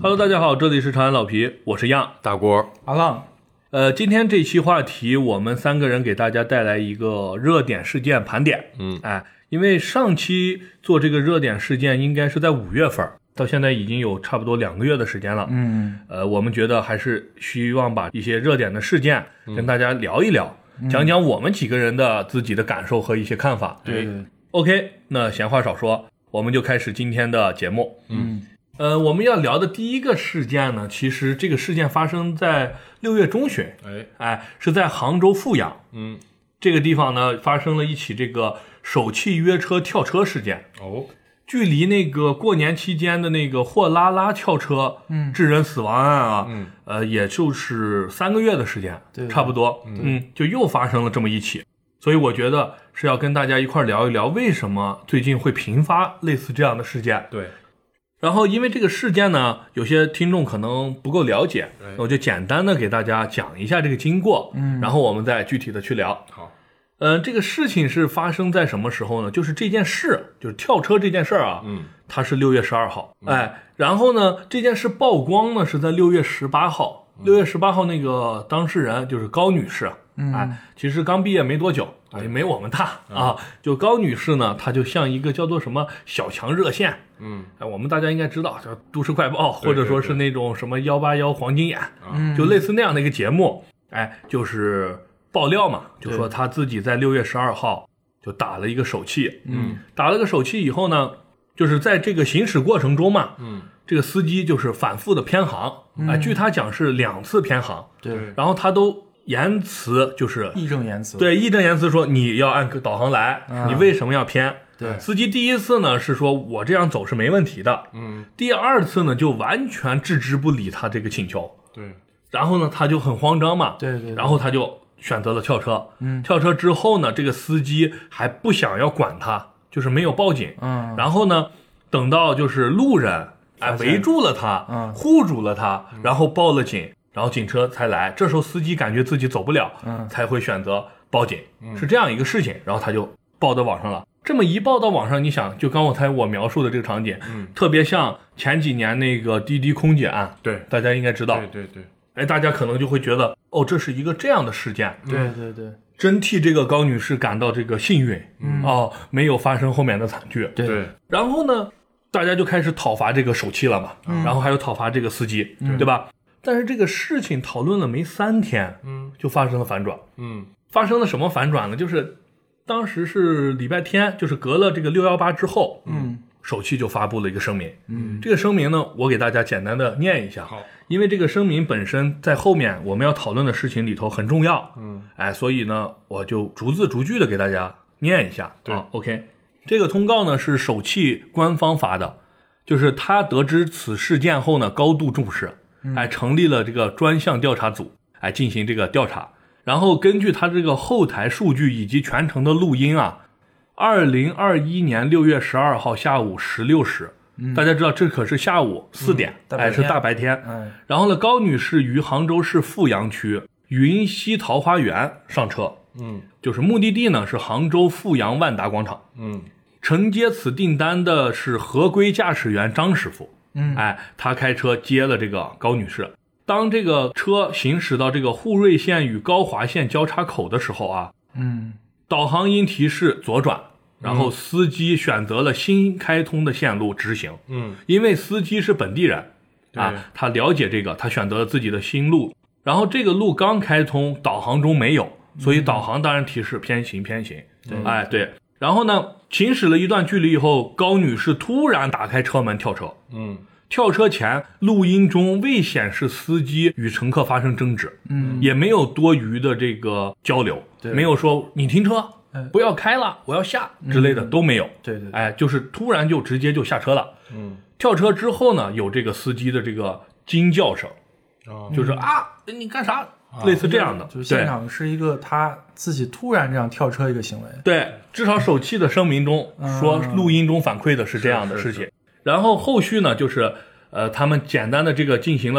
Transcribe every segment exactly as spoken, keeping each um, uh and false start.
Hello， 大家好，这里是长安老皮，我是样大锅阿浪。 呃，今天这期话题，我们三个人给大家带来一个热点事件盘点。 嗯， 哎，因为上期做这个热点事件应该是在五月份，到现在已经有差不多两个月的时间了。 嗯， 呃，我们觉得还是希望把一些热点的事件跟大家聊一聊，嗯、讲讲我们几个人的自己的感受和一些看法。 对对。 OK， 那闲话少说，我们就开始今天的节目。 嗯。 呃，我们要聊的第一个事件呢，其实这个事件发生在六月中旬， 哎哎，是在杭州富阳， 嗯， 这个地方呢发生了一起这个首汽约车跳车事件。 哦， 距离那个过年期间的那个货拉拉跳车，嗯，致人死亡案啊， 嗯， 呃，也就是三个月的时间， 对， 差不多，嗯，嗯就又发生了这么一起，所以我觉得是要跟大家一块聊一聊，为什么最近会频发类似这样的事件。 对。 然后因为这个事件呢，有些听众可能不够了解，我就简单的给大家讲一下这个经过，嗯，然后我们再具体的去聊。 好， 呃，这个事情是发生在什么时候呢？就是这件事，就是跳车这件事啊， 嗯， 它是六月十二号，嗯、哎，然后呢，这件事曝光呢是在六月十八号，六月十八号那个当事人就是高女士，嗯，哎，其实刚毕业没多久。也没我们大、嗯、啊，就高女士呢，她就像一个叫做什么小强热线，嗯，哎，我们大家应该知道，叫都市快报，或者说是那种什么幺八幺黄金眼，嗯，就类似那样的一个节目，哎，就是爆料嘛，就说她自己在六月十二号就打了一个首汽，嗯，打了个首汽以后呢，就是在这个行驶过程中嘛，嗯，这个司机就是反复的偏航，哎、嗯，据他讲是两次偏航， 对， 然后他都。言辞就是义正言辞， 对，义正言辞说你要按导航来、嗯，你为什么要偏？ 对， 司机第一次呢是说我这样走是没问题的，嗯，第二次呢就完全置之不理他这个请求， 对， 然后呢他就很慌张嘛， 对 对, 对， 然后他就选择了跳车，嗯，跳车之后呢，这个司机还不想要管他，就是没有报警，嗯，然后呢，等到就是路人哎围住了他，嗯，护住了他，然后报了警。然后警车才来，这时候司机感觉自己走不了，嗯，才会选择报警，嗯，是这样一个事情。然后他就报到网上了。这么一报到网上，你想，就刚才我描述的这个场景，嗯，特别像前几年那个滴滴空姐案， 对， 大家应该知道， 对对对， 哎，大家可能就会觉得，哦，这是一个这样的事件， 对对对， 真替这个高女士感到这个幸运，嗯，哦，没有发生后面的惨剧， 对对。 然后呢，大家就开始讨伐这个首汽了嘛，嗯，然后还有讨伐这个司机，嗯，对吧？但是这个事情讨论了没三天，嗯，就发生了反转，嗯，发生了什么反转呢？就是当时是礼拜天，就是隔了这个六一八之后，嗯，首汽就发布了一个声明，嗯，这个声明呢，我给大家简单的念一下， 好， 因为这个声明本身在后面我们要讨论的事情里头很重要，嗯，哎，所以呢，我就逐字逐句的给大家念一下， 对、 啊、，OK， 这个通告呢是首汽官方发的，就是他得知此事件后呢，高度重视。哎，成立了这个专项调查组，哎，进行这个调查。然后根据他这个后台数据以及全程的录音啊，二零二一年六月十二号下午十六时，嗯，大家知道这可是下午四点，嗯，哎，是大白天。嗯，然后呢，高女士于杭州市富阳区云溪桃花源上车，嗯，就是目的地呢是杭州富阳万达广场，嗯，承接此订单的是合规驾驶员张师傅。嗯，哎，他开车接了这个高女士。当这个车行驶到这个沪瑞线与高华线交叉口的时候啊，嗯，导航音提示左转，然后司机选择了新开通的线路直行。嗯，因为司机是本地人啊，他了解这个，他选择了自己的新路。然后这个路刚开通，导航中没有，所以导航当然提示偏行偏行。对，哎，对。然后呢，行驶了一段距离以后，高女士突然打开车门跳车。嗯，跳车前录音中未显示司机与乘客发生争执，嗯，也没有多余的这个交流，没有说你停车，不要开了，我要下之类的，都没有。 对对， 哎，就是突然就直接就下车了。嗯，跳车之后呢，有这个司机的这个惊叫声，哦，就是啊，你干啥？类似这样的， 就是现场是一个他自己突然这样跳车一个行为。 对，至少首汽的声明中说，录音中反馈的是这样的事情。然后后续呢，就是呃，他们简单的这个进行了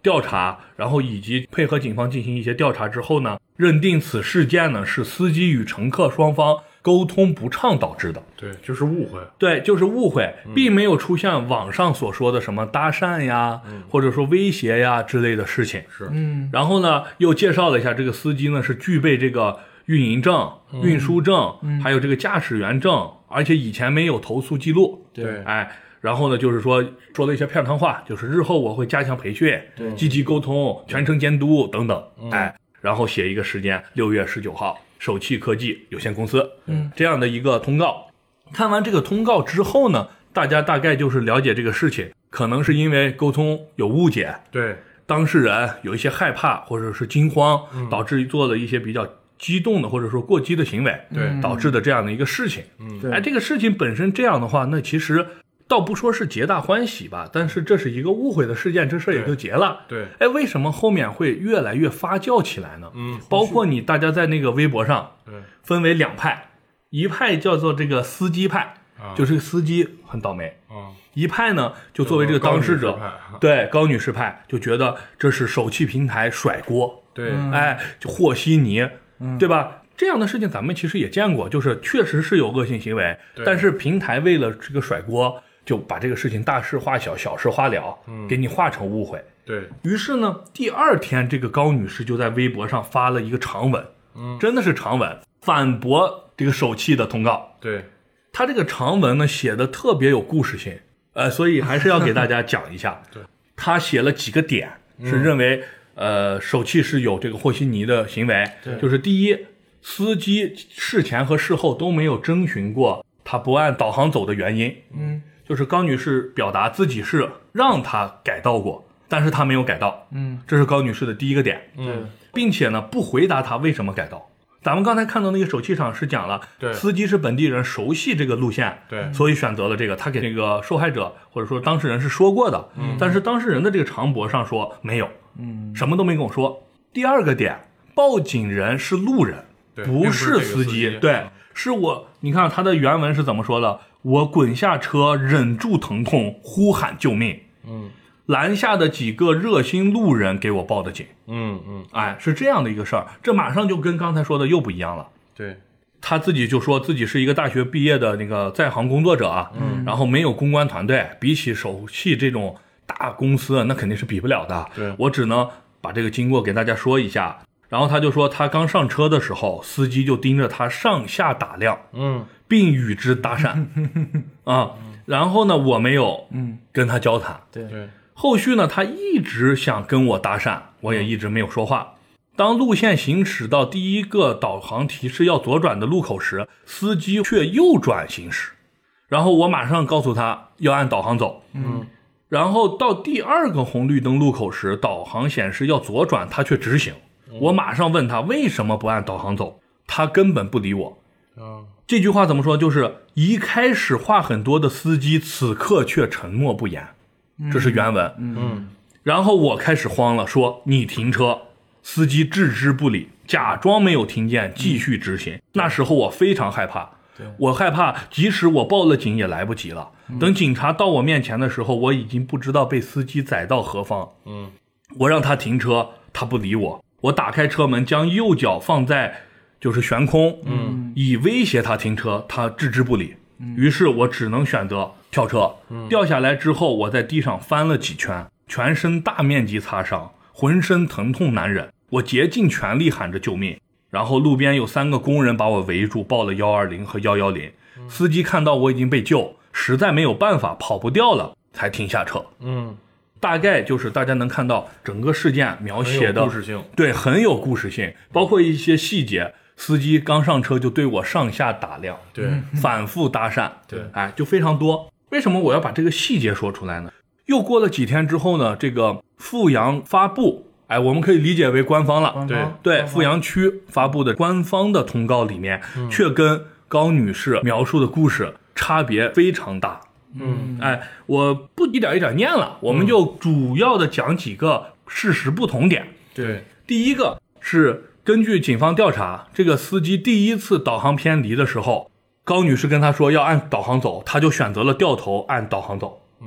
调查，然后以及配合警方进行一些调查之后呢，认定此事件呢是司机与乘客双方沟通不畅导致的。 对，就是误会。 对，就是误会，并没有出现网上所说的什么搭讪呀， 嗯、 或者说威胁呀之类的事情。 是， 嗯， 然后呢，又介绍了一下这个司机呢是具备这个运营证、 嗯、 运输证、嗯，还有这个驾驶员证，而且以前没有投诉记录。 对， 哎。然后呢，就是说说了一些片汤话，就是日后我会加强培训，积极沟通，全程监督等等， 嗯、 哎，然后写一个时间，六月十九号，首汽科技有限公司， 嗯， 这样的一个通告。看完这个通告之后呢，大家大概就是了解这个事情，可能是因为沟通有误解， 对， 当事人有一些害怕或者是惊慌， 嗯、 导致做了一些比较激动的或者说过激的行为， 对， 导致的这样的一个事情。 嗯， 哎，这个事情本身这样的话，那其实倒不说是皆大欢喜吧，但是这是一个误会的事件，这事也就结了。 对， 哎，为什么后面会越来越发酵起来呢？ 嗯， 包括你大家在那个微博上， 对， 分为两派，一派叫做这个司机派， 啊、 就是司机很倒霉。 啊， 一派呢，就作为这个当事者， 高对高女士派就觉得这是首汽平台甩锅， 对， 嗯、 哎，就和稀泥， 嗯、 对吧？这样的事情咱们其实也见过，就是确实是有恶性行为，但是平台为了这个甩锅，就把这个事情大事化小，小事化了， 嗯， 给你化成误会。 对于是呢，第二天这个高女士就在微博上发了一个长文， 嗯， 真的是长文，反驳这个首汽的通告。 对， 她这个长文呢写的特别有故事性，呃，所以还是要给大家讲一下。 对， 她写了几个点，是认为、嗯、呃首汽是有这个和稀泥的行为，就是第一，司机事前和事后都没有征询过他不按导航走的原因。 嗯， 就是高女士表达自己是让他改道过，但是他没有改道。 嗯， 这是高女士的第一个点。 嗯， 并且呢，不回答他为什么改道。咱们刚才看到那个手气场是讲了， 对， 司机是本地人，熟悉这个路线， 对， 所以选择了这个。他给这个受害者或者说当事人是说过的， 嗯， 但是当事人的这个长博上说没有， 嗯， 什么都没跟我说。第二个点，报警人是路人，不是司机， 司对，是我。你看他的原文是怎么说的？我滚下车，忍住疼痛，呼喊救命。 嗯。 拦下的几个热心路人给我报的警， 嗯嗯， 哎，是这样的一个事儿，这马上就跟刚才说的又不一样了。 对， 他自己就说自己是一个大学毕业的那个在行工作者啊， 嗯， 然后没有公关团队，比起首汽这种大公司，那肯定是比不了的。 对， 我只能把这个经过给大家说一下。然后他就说，他刚上车的时候，司机就盯着他上下打量， 嗯， 并与之搭讪啊。然后呢，我没有嗯跟他交谈， 对对。 后续呢，他一直想跟我搭讪，我也一直没有说话。当路线行驶到第一个导航提示要左转的路口时，司机却右转行驶，然后我马上告诉他要按导航走。 嗯， 然后到第二个红绿灯路口时，导航显示要左转，他却直行。我马上问他为什么不按导航走，他根本不理我。 嗯， 这句话怎么说？就是一开始话很多的司机，此刻却沉默不言。这是原文。 嗯， 然后我开始慌了，说你停车，司机置之不理，假装没有听见，继续直行。那时候我非常害怕，我害怕即使我报了警也来不及了。等警察到我面前的时候，我已经不知道被司机载到何方。 嗯， 我让他停车，他不理我。我打开车门，将右脚放在就是悬空， 嗯， 以威胁他停车，他置之不理。于是我只能选择跳车。掉下来之后，我在地上翻了几圈，全身大面积擦伤，浑身疼痛难忍。我竭尽全力喊着救命，然后路边有三个工人把我围住，报了一二零和一一零。司机看到我已经被救，实在没有办法，跑不掉了，才停下车。 嗯， 大概就是大家能看到整个事件描写的故事性， 对，很有故事性，包括一些细节。司机刚上车就对我上下打量， 对， 反复搭讪， 对， 哎，就非常多。为什么我要把这个细节说出来呢？又过了几天之后呢，这个阜阳发布，哎，我们可以理解为官方了， 对对，阜阳区发布的官方的通告里面， 嗯、 却跟高女士描述的故事差别非常大。 嗯， 哎，我不一点一点念了，我们就主要的讲几个事实不同点。 对， 第一个是根据警方调查，这个司机第一次导航偏离的时候，高女士跟他说要按导航走，他就选择了掉头按导航走。 嗯，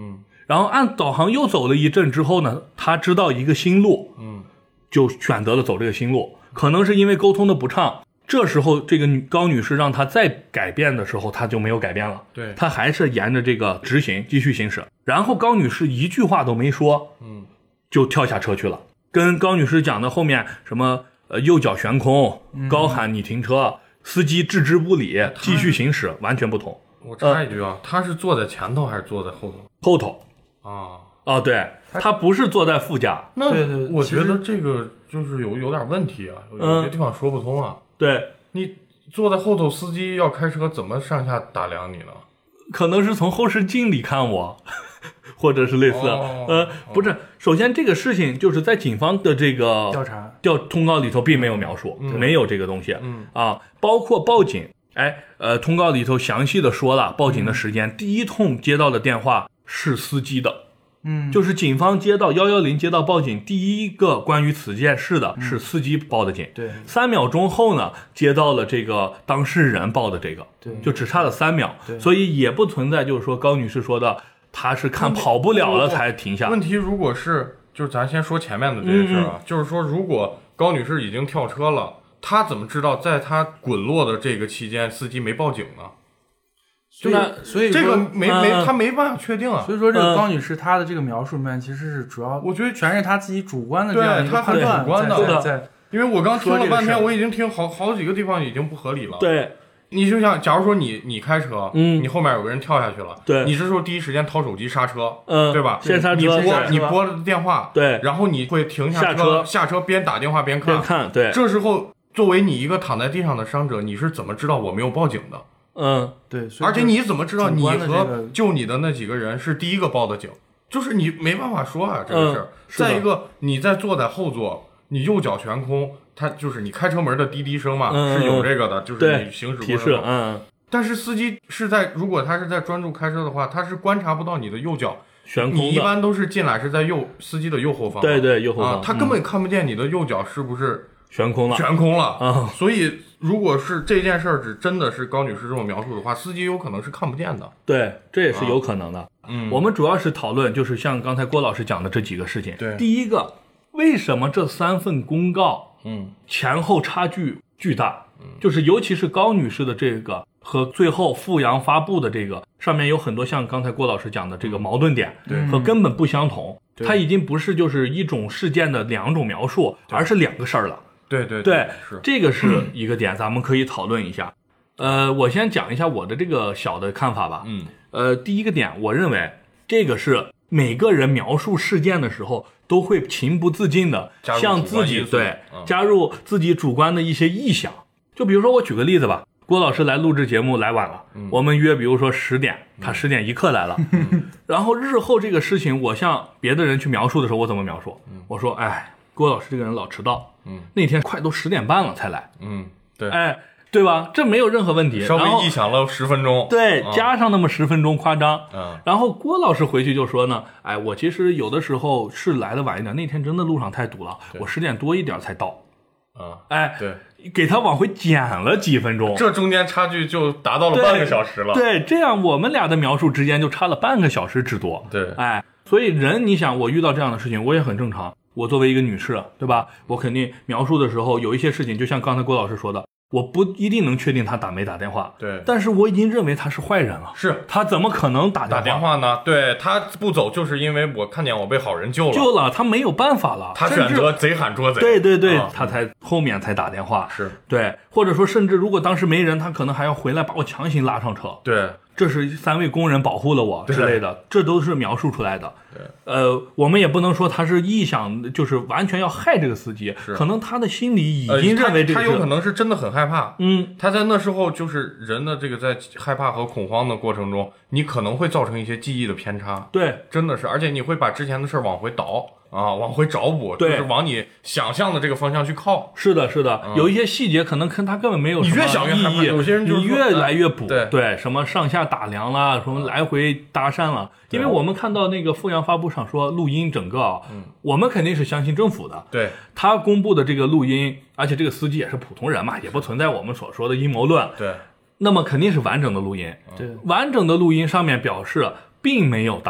然后按导航又走了一阵之后呢，他知道一个新路， 嗯， 就选择了走这个新路。可能是因为沟通的不畅，这时候这个女高女士让他再改变的时候，他就没有改变了， 对， 他还是沿着这个直行继续行驶。然后高女士一句话都没说， 嗯， 就跳下车去了，跟高女士讲的后面什么呃右脚悬空，高喊你停车，司机置之不理，继续行驶，完全不同。 我插一句啊，他是坐在前头还是坐在后头？ 后头啊， 哦，对，他不是坐在副驾。 那对对我觉其实得这个就是有有点问题啊，有有些地方说不通啊。 对， 你坐在后头，司机要开车，怎么上下打量你呢？ 可能是从后视镜里看我，或者是类似， 哦呃，不是。首先，这个事情就是在警方的这个调查调通告里头并没有描述， 嗯没有这个东西， 嗯啊，包括报警，哎，呃，通告里头详细的说了报警的时间， 嗯、 第一通接到的电话是司机的。 嗯， 就是警方接到一一零接到报警，第一个关于此件事的是司机报的警。 嗯、对， 三秒钟后呢，接到了这个当事人报的这个， 对， 就只差了三秒，所以也不存在就是说高女士说的，她是看跑不了了才停下。 问题如果是，就是咱先说前面的这件事啊，嗯、就是说如果高女士已经跳车了，她怎么知道在她滚落的这个期间，司机没报警呢？ 所以，所以这个没没，他没办法确定啊。 所以说，这个高女士她的这个描述里面，其实是主要， 我觉得全是她自己主观的这样一个判断， 主观的。在， 因为我刚听了半天，我已经听好好几个地方已经不合理了。 对， 你就像，假如说你你开车， 嗯， 你后面有个人跳下去了， 对， 你这时候第一时间掏手机刹车， 嗯， 对吧？ 先刹车， 你拨你拨了电话， 对， 然后你会停下车， 下车边打电话边看， 边看，对。 这时候，作为你一个躺在地上的伤者，你是怎么知道我没有报警的？ 嗯， 对， 而且你怎么知道你和救你的那几个人是第一个报的警？就是你没办法说啊，这个事儿。 嗯、 再一个，你在坐在后座，你右脚悬空，它就是你开车门的滴滴声嘛， 嗯、 是有这个的，就是你行驶过程中。 嗯。 但是司机是在，如果他是在专注开车的话，他是观察不到你的右脚悬空。 你一般都是进来是在右司机的右后方， 对对，右后方， 啊、他根本看不见你的右脚是不是悬空了， 悬空了啊。 所以。如果是这件事儿只真的是高女士这种描述的话，司机有可能是看不见的。 对，这也是有可能的。 啊、嗯， 我们主要是讨论就是像刚才郭老师讲的这几个事情。 对， 第一个，为什么这三份公告， 嗯， 前后差距巨大？嗯，就是尤其是高女士的这个和最后阜阳发布的这个上面有很多像刚才郭老师讲的这个矛盾点， 对， 和根本不相同。它已经不是就是一种事件的两种描述，而是两个事儿了。 对对对， 是这个是一个点，咱们可以讨论一下。呃，我先讲一下我的这个小的看法吧。 嗯， 呃，第一个点，我认为这个是每个人描述事件的时候都会情不自禁的向自己对、 嗯、 加入自己主观的一些臆想。就比如说我举个例子吧，郭老师来录制节目来晚了， 嗯、 我们约比如说十点，他十点一刻来了， 嗯、 然后日后这个事情我向别的人去描述的时候，我怎么描述？ 嗯、 我说，哎。郭老师这个人老迟到， 嗯， 那天快都十点半了才来， 嗯，对， 哎，对吧？这没有任何问题， 稍微臆想了十分钟， 对，嗯、加上那么十分钟夸张， 嗯， 然后郭老师回去就说呢，哎，我其实有的时候是来的晚一点，那天真的路上太堵了，我十点多一点才到， 啊、嗯， 哎， 对， 给他往回减了几分钟， 这中间差距就达到了半个小时了， 对，对这样我们俩的描述之间就差了半个小时之多， 对， 哎，所以人，你想我遇到这样的事情，我也很正常。我作为一个女士，对吧？我肯定描述的时候有一些事情，就像刚才郭老师说的，我不一定能确定他打没打电话， 对， 但是我已经认为他是坏人了， 是他怎么可能打电话打电话呢？对，他不走就是因为我看见我被好人救了， 救了，他没有办法了， 他选择贼喊捉贼， 对对对， 啊、 他才后面才打电话， 是对，或者说甚至如果当时没人，他可能还要回来把我强行拉上车， 对。 这是三位工人保护了我之类的，这都是描述出来的。 对， 呃，我们也不能说他是臆想，就是完全要害这个司机，可能他的心里已经认为这个、 呃他，他有可能是真的很害怕。 嗯， 他在那时候就是人的这个在害怕和恐慌的过程中，你可能会造成一些记忆的偏差。 对， 真的是，而且你会把之前的事儿往回倒。啊，往回找补，就是往你想象的这个方向去靠。 是的，是的，嗯、有一些细节可能跟他根本没有什么你越想越害怕，有些人就是你越来越补， 对对，什么上下打量啦，什么来回搭讪了。因为我们看到那个阜阳发布上说录音整个啊， 嗯， 我们肯定是相信政府的， 对， 他公布的这个录音，而且这个司机也是普通人嘛，也不存在我们所说的阴谋论， 对， 那么肯定是完整的录音， 对， 完整的录音上面表示并没有搭讪。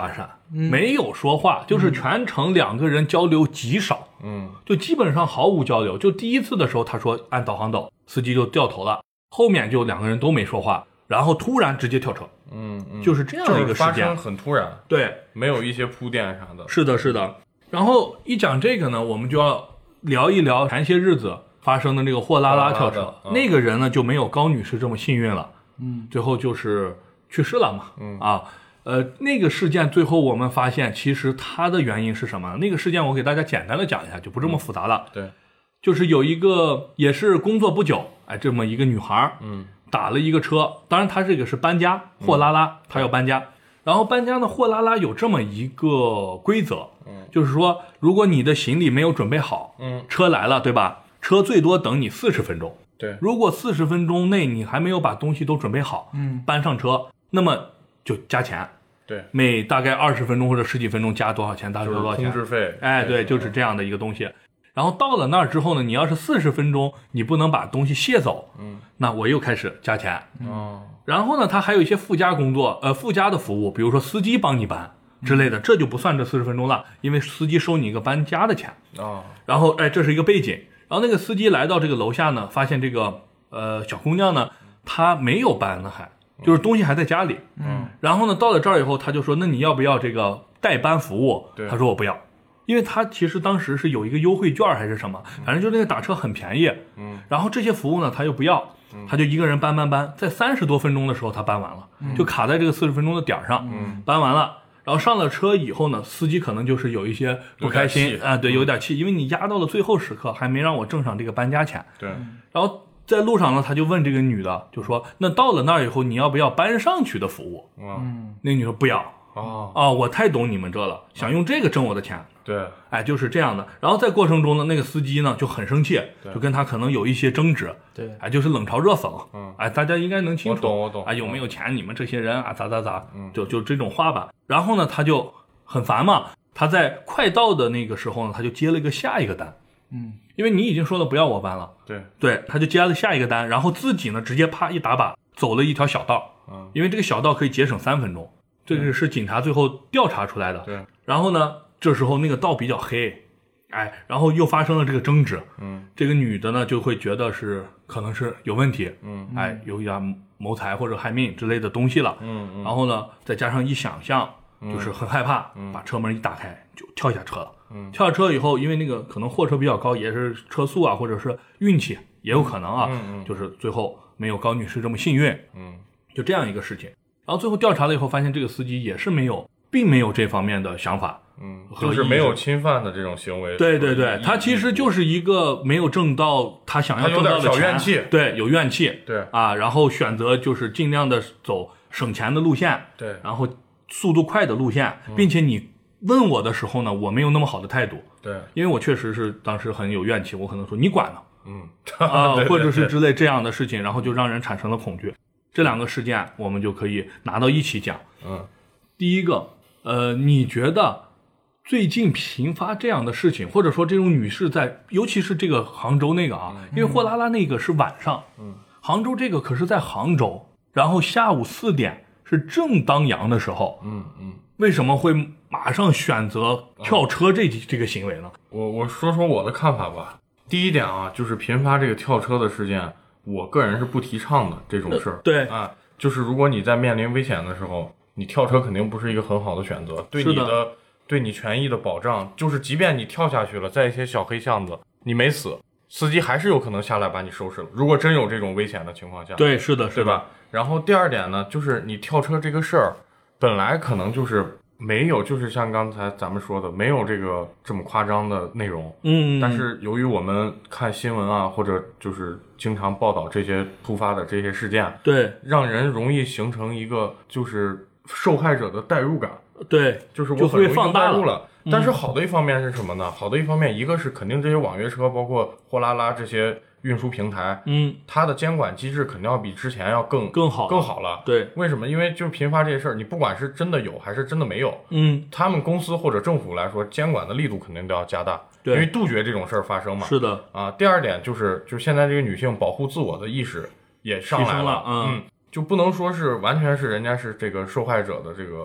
没有说话，就是全程两个人交流极少， 嗯， 就基本上毫无交流。就第一次的时候，他说按导航走，司机就掉头了，后面就两个人都没说话，然后突然直接跳车， 嗯嗯， 就是这样的一个事件， 就是发生很突然， 对， 没有一些铺垫啥的。 是的，是的。然后一讲这个呢，我们就要聊一聊前些日子发生的那个货拉拉跳车， 嗯、 那个人呢就没有高女士这么幸运了，嗯，最后就是去世了嘛， 嗯啊。呃，那个事件最后我们发现，其实它的原因是什么？那个事件我给大家简单的讲一下，就不这么复杂了。 嗯、对， 就是有一个也是工作不久，哎，这么一个女孩， 嗯， 打了一个车，当然她这个是搬家，货拉拉，她要搬家。然后搬家呢，货拉拉有这么一个规则， 嗯， 就是说，如果你的行李没有准备好， 嗯， 车来了，对吧？车最多等你四十分钟。 对， 如果四十分钟内你还没有把东西都准备好， 嗯， 搬上车，那么就加钱。 对， 每大概二十分钟或者十几分钟加多少钱，大概多少钱？ 通知费。 哎，对，就是这样的一个东西。然后到了那儿之后呢，你要是四十分钟你不能把东西卸走， 嗯， 那我又开始加钱。 哦， 然后呢，它还有一些附加工作，呃，附加的服务，比如说司机帮你搬之类的，这就不算这四十分钟了，因为司机收你一个搬家的钱。 哦， 然后，哎，这是一个背景。然后那个司机来到这个楼下呢，发现这个呃小姑娘呢，她没有搬呢，还就是东西还在家里。 嗯， 然后呢，到了这儿以后，他就说：“那你要不要这个代搬服务？” 对， 他说：“我不要。”因为他其实当时是有一个优惠券还是什么，反正就那个打车很便宜。 嗯， 然后这些服务呢，他又不要，他就一个人搬搬搬，在三十多分钟的时候他搬完了，就卡在这个四十分钟的点上。 嗯， 搬完了，然后上了车以后呢，司机可能就是有一些不开心啊，对，有点气，因为你压到了最后时刻，还没让我挣上这个搬家钱。 对， 然后在路上呢，他就问这个女的，就说：“那到了那儿以后，你要不要搬上去的服务？” 嗯， 那个女的说不要。 哦哦，我太懂你们这了，想用这个挣我的钱。 对， 哎，就是这样的。然后在过程中呢，那个司机呢就很生气，就跟他可能有一些争执。 对， 哎，就是冷嘲热讽。 嗯， 哎，大家应该能清楚。 我懂，我懂。 哎，有没有钱？你们这些人啊，咋咋咋？ 嗯， 就就这种话吧。然后呢，他就很烦嘛。他在快到的那个时候呢，他就接了一个下一个单。 嗯， 因为你已经说了不要我搬了。 对， 对，他就接了下一个单，然后自己呢直接啪一打靶走了一条小道。 嗯， 因为这个小道可以节省三分钟。这个是警察最后调查出来的。 对， 然后呢，这时候那个道比较黑，哎，然后又发生了这个争执。 嗯， 这个女的呢就会觉得是可能是有问题。 嗯， 哎，有点谋财或者害命之类的东西了。 嗯嗯。 然后呢，再加上一想象，就是很害怕，嗯、把车门一打开就跳下车了。 嗯， 跳下车以后，因为那个可能货车比较高，也是车速啊，或者是运气也有可能啊。 嗯嗯。 就是最后没有高女士这么幸运。 嗯， 就这样一个事情。然后最后调查了以后，发现这个司机也是没有，并没有这方面的想法， 嗯，就是没有侵犯的这种行为。 对对对，他其实就是一个没有挣到他想要挣到的钱， 他有点小怨气， 对，有怨气， 对啊，然后选择就是尽量的走省钱的路线， 对， 然后速度快的路线，并且你问我的时候呢，我没有那么好的态度， 对， 因为我确实是当时很有怨气，我可能说你管呢， 嗯啊， 对对对或者是之类这样的事情，然后就让人产生了恐惧。这两个事件我们就可以拿到一起讲。 嗯， 第一个，呃，你觉得最近频发这样的事情，或者说这种女士在，尤其是这个杭州那个啊，因为货拉拉那个是晚上， 嗯， 杭州这个可是在杭州，然后下午四点是正当阳的时候， 嗯嗯， 为什么会马上选择跳车这、嗯、这个行为呢？ 我我说说我的看法吧。第一点啊，就是频发这个跳车的事件。我个人是不提倡的这种事儿、呃， 对啊，就是如果你在面临危险的时候，你跳车肯定不是一个很好的选择，对你的, 的对你权益的保障，就是即便你跳下去了，在一些小黑巷子你没死，司机还是有可能下来把你收拾了。如果真有这种危险的情况下， 对，是的，是的， 对吧？然后第二点呢，就是你跳车这个事儿，本来可能就是没有，就是像刚才咱们说的，没有这个这么夸张的内容， 嗯， 但是由于我们看新闻啊，或者就是经常报道这些突发的这些事件， 对， 让人容易形成一个就是受害者的代入感， 对， 就是我很容易放大了。了嗯、但是好的一方面是什么呢？好的一方面，一个是肯定这些网约车，包括货拉拉这些运输平台， 嗯， 它的监管机制肯定要比之前要更更好更好了。 对， 为什么？因为就是频发这些事儿，你不管是真的有还是真的没有， 嗯， 他们公司或者政府来说，监管的力度肯定都要加大， 对， 因为杜绝这种事儿发生嘛。 是的啊。第二点就是，就是现在这个女性保护自我的意识也上来了， 嗯， 嗯， 就不能说是完全是人家是这个受害者的这个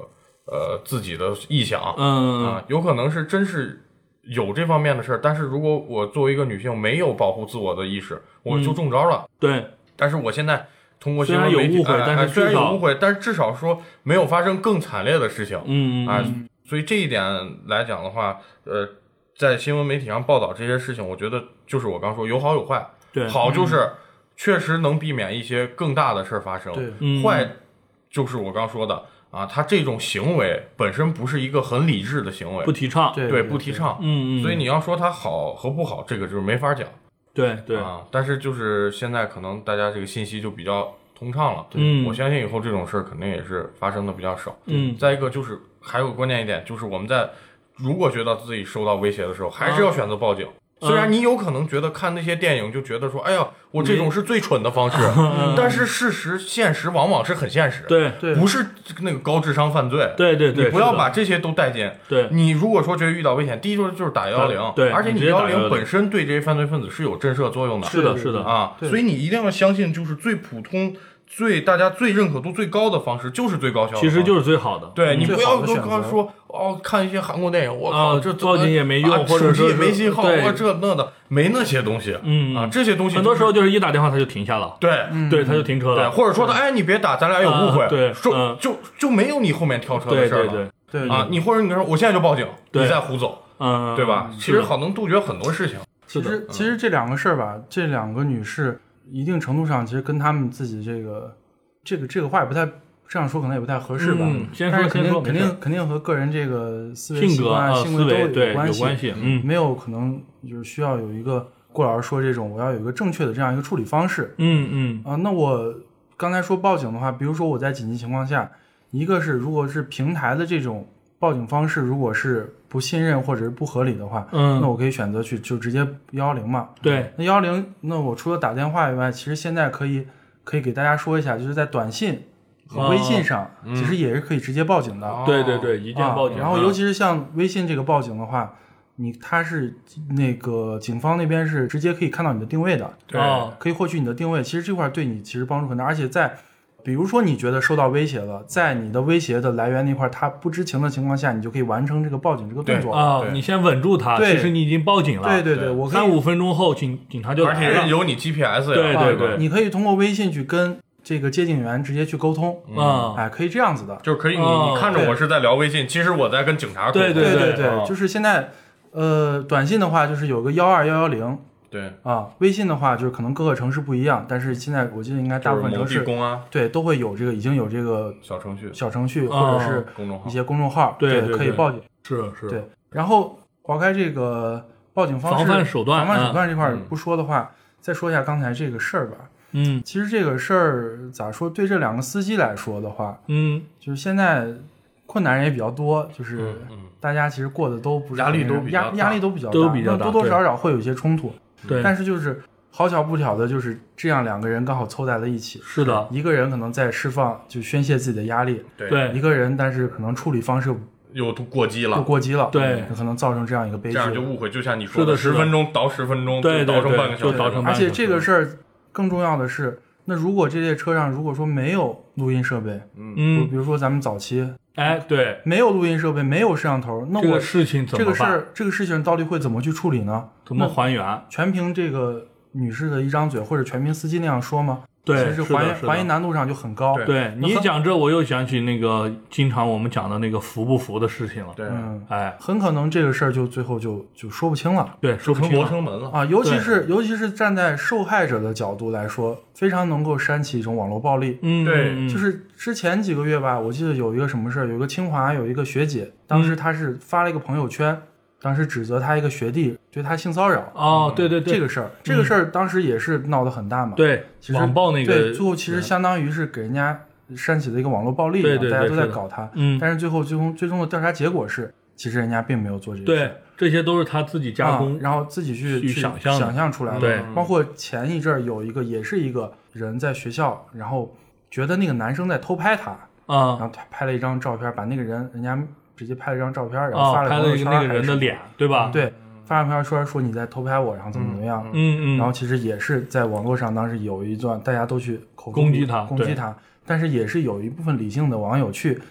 呃自己的臆想， 嗯啊，有可能是真是有这方面的事儿，但是如果我作为一个女性没有保护自我的意识，我就中招了。 对， 但是我现在通过新闻虽然媒体， 有误会但是哎哎虽然至少有误会，但是至少说没有发生更惨烈的事情。 嗯啊，所以这一点来讲的话，呃，在新闻媒体上报道这些事情，我觉得就是我刚说有好有坏。 对， 好就是确实能避免一些更大的事儿发生， 对嗯坏就是我刚说的啊，他这种行为本身不是一个很理智的行为， 不提倡， 对对，不提倡。 嗯嗯， 所以你要说它好和不好，这个就是没法讲。 对对， 啊，但是就是现在可能大家这个信息就比较通畅了， 嗯我相信以后这种事儿肯定也是发生的比较少。 嗯再一个就是还有关键一点，就是我们在如果觉得自己受到威胁的时候，还是要选择报警。虽然你有可能觉得看那些电影就觉得说，哎呀，我这种是最蠢的方式，但是事实现实往往是很现实， 对对不是那个高智商犯罪。 对对对， 你不要是的把这些都带进。 对你如果说觉得遇到危险，第一就是打幺幺零， 对而且你你直接打幺幺零一一零本身对这些犯罪分子是有震慑作用的。 是的是的啊， 对所以你一定要相信，就是最普通、最大家最认可度最高的方式，就是最高效的方式。 其实就是最好的。 对你不要跟最好的选择刚才说哦，看一些韩国电影，我啊靠，这报警也没用啊或者说手机也没信号， 对哇，这那的没那些东西。 嗯啊，这些东西很多时候就是一打电话他就停下了， 对。 对，他就停车对， 了。 或者说的，哎，你别打，咱俩有误会， 啊对说嗯就就没有你后面跳车的对事儿了。 对对， 对啊，你或者你说我现在就报警， 对你再胡走， 嗯， 对吧？ 是其实好能杜绝很多事情。 是的， 其实其实这两个事儿吧，这两个女士一定程度上其实跟她们自己这个这个这个话也不太这样说，可能也不太合适吧。 嗯先说但是肯定肯先说没事定肯定和个人这个思维习性格啊， 惯行思为都有维对有系。 关系。嗯没有可能就是需要有一个郭老师说这种我要有一个正确的这样一个处理方式嗯嗯啊。那我刚才说报警的话，比如说我在紧急情况下，一个是如果是平台的这种报警方式，如果是不信任或者是不合理的话， 嗯， 那我可以选择去就直接幺幺零嘛。 对， 那幺幺零，那我除了打电话以外，其实现在可以可以给大家说一下，就是在短信和微信上， 嗯其实也是可以直接报警的。 哦对对对，一键报警。 啊。然后尤其是像微信这个报警的话，你它是那个警方那边是直接可以看到你的定位的， 对哦可以获取你的定位。其实这块对你其实帮助很大，而且在比如说你觉得受到威胁了，在你的威胁的来源那块他不知情的情况下，你就可以完成这个报警这个动作。 啊， 对你先稳住他， 对其实你已经报警了。 对对对我可以三五分钟后警警察就而且来了。 有你 G P S 呀， 对对对你可以通过微信去跟这个接警员直接去沟通， 啊， 哎，可以这样子的。 就是可以，你哦你看着我是在聊微信，其实我在跟警察沟通。 对对对啊就是现在，呃，短信的话就是有个幺二幺幺零对， 啊，微信的话就是可能各个城市不一样，但是现在我记得应该大就是某部分城市地公安对都会有这个已经有这个小程序、 小程序哦或者是公众号一。些公众号， 对对对可以报警。 是是， 对，然后抛开这个报警方式、 防范手段防范手段这块嗯不说的话，再说一下刚才这个事儿吧。 嗯其实这个事儿咋说？对这两个司机来说的话， 嗯， 就是现在困难人也比较多，就是嗯嗯大家其实过得都不是压力很都比较大压压力都比较大， 都比较大那多多对少少会有一些冲突。 对， 但是就是好巧不巧的，就是这样两个人刚好凑在了一起。 是的， 一个人可能在释放，就宣泄自己的压力； 对对一个人，但是可能处理方式又过激又了， 过激了， 对那可能造成这样一个悲剧这。样就误会。就像你说十是的是的分钟倒十分钟， 对对就倒成对半个小时， 就倒成半而且这个事儿更重要的是，那如果这列车上如果说没有录音设备， 嗯， 嗯比，如说咱们早期哎，对， 没有录音设备，没有摄像头，那我这个事情怎这么办？ 个事儿这个事情到底会怎么去处理呢？ 怎么还原？ 全凭这个女士的一张嘴，或者全凭司机那样说吗？ 对， 其实还原是的是的还原难度上就很高。 对对你一讲这，我又想起那个经常我们讲的那个服不服的事情了。 对， 嗯， 哎， 很可能这个事儿就最后就就说不清了对，说就成不清了。 罗生门了。 啊。尤其是尤其是站在受害者的角度来说，非常能够煽起一种网络暴力。 嗯， 对嗯就是之前几个月吧，我记得有一个什么事儿，有一个清华有一个学姐，当嗯时她是发了一个朋友圈，当时指责她一个学弟对她性骚扰。 哦，对对对， 这个事儿，这个事儿当时也是闹得很大嘛。 对其实网暴那个， 对，最后其实相当于是给人家煽起了一个网络暴力一样， 对对对大家都在是的搞他。 嗯， 但是最后最终最终的调查结果是，其实人家并没有做这个事对，这些都是他自己加工啊，然后自己去去想象的想象出来的。 对包括前一阵儿有一个也是一个人在学校，然后觉得那个男生在偷拍他，然啊后他拍了一张照片，把那个人人家直接拍了一张照片，然后啊， 发了朋友圈拍了一个那个人的还是脸，对吧？， 对，发了朋友圈说你在偷拍我，然后怎么怎么样。 嗯嗯， 然后其实也是在网络上，当时有一段大家都去口诛攻击他对攻击他，但是也是有一部分理性的网友去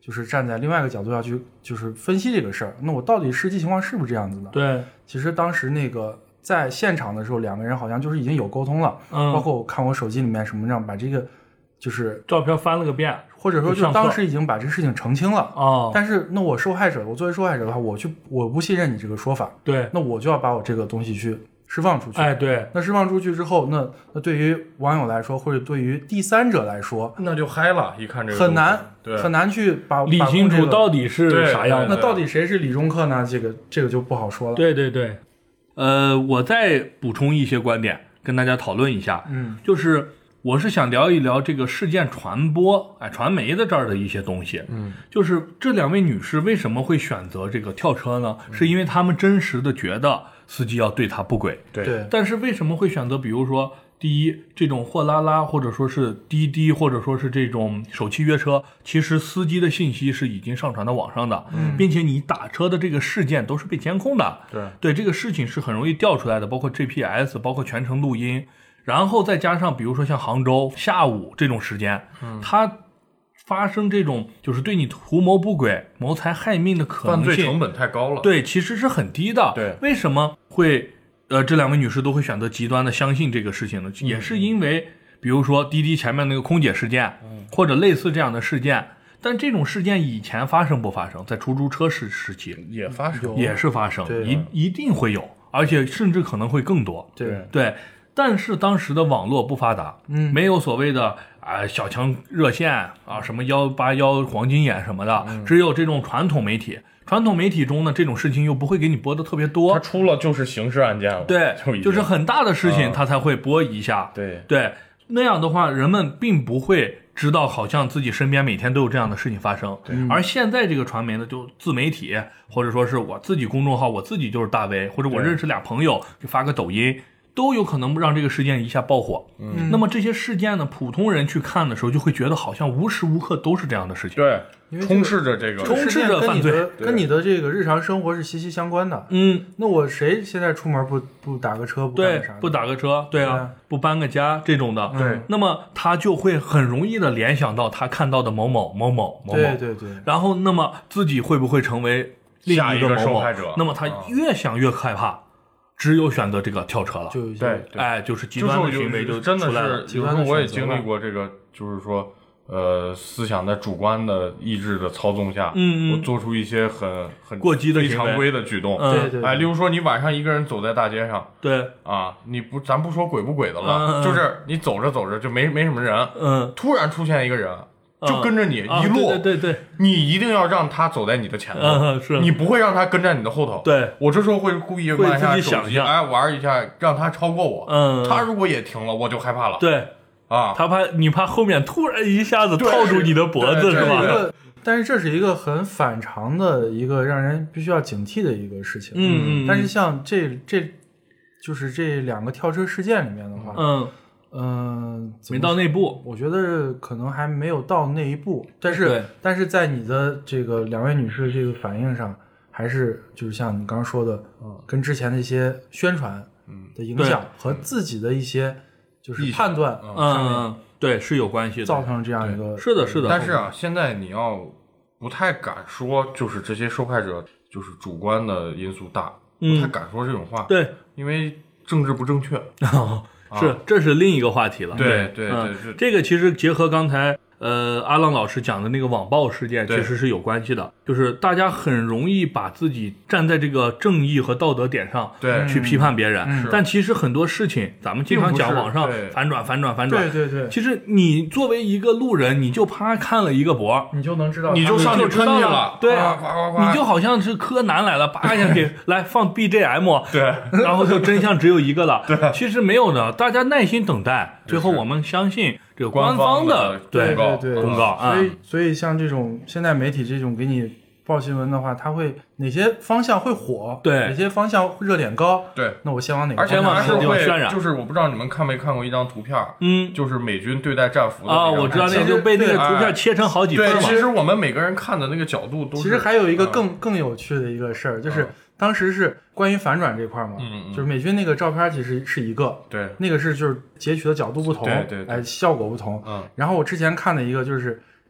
就是站在另外一个角度要去就是分析这个事儿。那我到底实际情况是不是这样子的？ 对， 其实当时那个在现场的时候，两个人好像就是已经有沟通了， 嗯， 包括我看我手机里面什么样把这个就是照片翻了个遍， 或者说就当时已经把这个事情澄清了。 哦， 但是那我受害者，我作为受害者的话，我去我不信任你这个说法， 对， 那我就要把我这个东西去释放出去。 哎，对， 那释放出去之后，那那对于网友来说，或者对于第三者来说， 那就嗨了，一看这个很难， 对， 很难去把理清楚到底是啥样的。那到底谁是理中客呢？这个这个就不好说了。 对对对，呃，我再补充一些观点跟大家讨论一下， 嗯， 就是我是想聊一聊这个事件传播，哎，传媒的这儿的一些东西。 嗯， 就是这两位女士为什么会选择这个跳车呢？嗯、是因为她们真实的觉得司机要对她不轨。 对。 但是为什么会选择，比如说，第一，这种货拉拉，或者说是滴滴，或者说是这种手机约车，其实司机的信息是已经上传到网上的， 嗯、 并且你打车的这个事件都是被监控的。 对。 对，这个事情是很容易调出来的，包括 G P S， 包括全程录音。然后再加上比如说像杭州下午这种时间， 嗯， 它发生这种就是对你图谋不轨、谋财害命的可能性， 犯罪成本太高了。 对，其实是很低的。 对， 为什么会呃这两位女士都会选择极端的相信这个事情呢？ 嗯、 也是因为比如说滴滴前面那个空姐事件， 嗯， 或者类似这样的事件。但这种事件以前发生不发生？在出租车时时期也发生， 也是发生，一一定会有，而且甚至可能会更多。 对对。但是当时的网络不发达， 嗯， 没有所谓的啊、呃、小强热线啊，什么幺八幺黄金眼什么的， 嗯、 只有这种传统媒体。传统媒体中呢，这种事情又不会给你播的特别多， 它出了就是刑事案件了， 对， 就, 就是很大的事情， 嗯、 它才会播一下。 对对，那样的话，人们并不会知道，好像自己身边每天都有这样的事情发生。 对， 而现在这个传媒呢，就自媒体，或者说是我自己公众号，我自己就是大 V，或者我认识俩朋友就发个抖音。都有可能让这个事件一下爆火。 嗯， 那么这些事件呢，普通人去看的时候，就会觉得好像无时无刻都是这样的事情。 对， 因为充斥着这个， 充斥着犯罪， 跟你的这个日常生活是息息相关的。 嗯， 那我谁现在出门不不打个车，不干啥？ 不打个车，对啊，不搬个家这种的。 对， 那么他就会很容易的联想到他看到的某某某某某某。 对对对。 然后，那么自己会不会成为另一个某某受害者？ 那么他越想越害怕。只有选择这个跳车了， 就对， 哎，就是极端的行为就真的是，有时候我也经历过这个，就是说，呃，思想在主观的意志的操纵下， 嗯， 我做出一些很很过激的非常规的举动， 对对， 哎，例如说你晚上一个人走在大街上， 对啊，你不，咱不说鬼不鬼的了，就是你走着走着就没没什么人， 嗯， 突然出现一个人。就跟着你一路， 对对对， 你一定要让他走在你的前头， 嗯，是你不会让他跟在你的后头。 对， 我这时候会故意慢下手机，哎，玩一下，让他超过我。 嗯， 他如果也停了，我就害怕了。 对， 啊， 他怕你怕后面突然一下子套住你的脖子，是吧？ 但是这是一个很反常的一个让人必须要警惕的一个事情。 嗯嗯。 但是像这这，就是这两个跳车事件里面的话， 嗯。 嗯， 没到那步， 我觉得可能还没有到那一步，但是但是在你的这个两位女士这个反应上，还是就是像你刚刚说的， 嗯， 跟之前的一些宣传的影响和自己的一些就是判断， 嗯，对，是有关系的， 造成这样一个， 是的，是的。 但是啊，现在你要不太敢说，就是这些受害者就是主观的因素大， 嗯、 不太敢说这种话， 对， 因为政治不正确。 是，这是另一个话题了。 对对对， 嗯，这个其实结合刚才呃阿浪老师讲的那个网暴事件，其实是有关系的。就是大家很容易把自己站在这个正义和道德点上， 对， 去批判别人。 嗯、 但其实很多事情，咱们经常讲网上反转、反转、反转。 对对对。 其实你作为一个路人，你就啪看了一个博， 你就能知道， 你就上去知道了。 对， 你就好像是柯南来了，叭下去来放 B G M， 对， 然后就真相只有一个了。 对， 其实没有的，大家耐心等待，最后我们相信这个官方的对对对公告。 所以所以像这种现在媒体这种给你报新闻的话，它会哪些方向会火？ 对， 哪些方向热点高？ 对， 那我先往哪个方向？ 而且还是会渲染。 就是我不知道你们看没看过一张图片， 嗯， 就是美军对待战俘的啊，我知道那个就被那个图片切成好几份嘛。 对，其实我们每个人看的那个角度都是。 其实还有一个更更有趣的一个事儿，就是当时是关于反转这块嘛， 嗯嗯， 就是美军那个照片其实是一个， 对， 那个是就是截取的角度不同， 对对， 哎，效果不同， 嗯。 然后我之前看的一个就是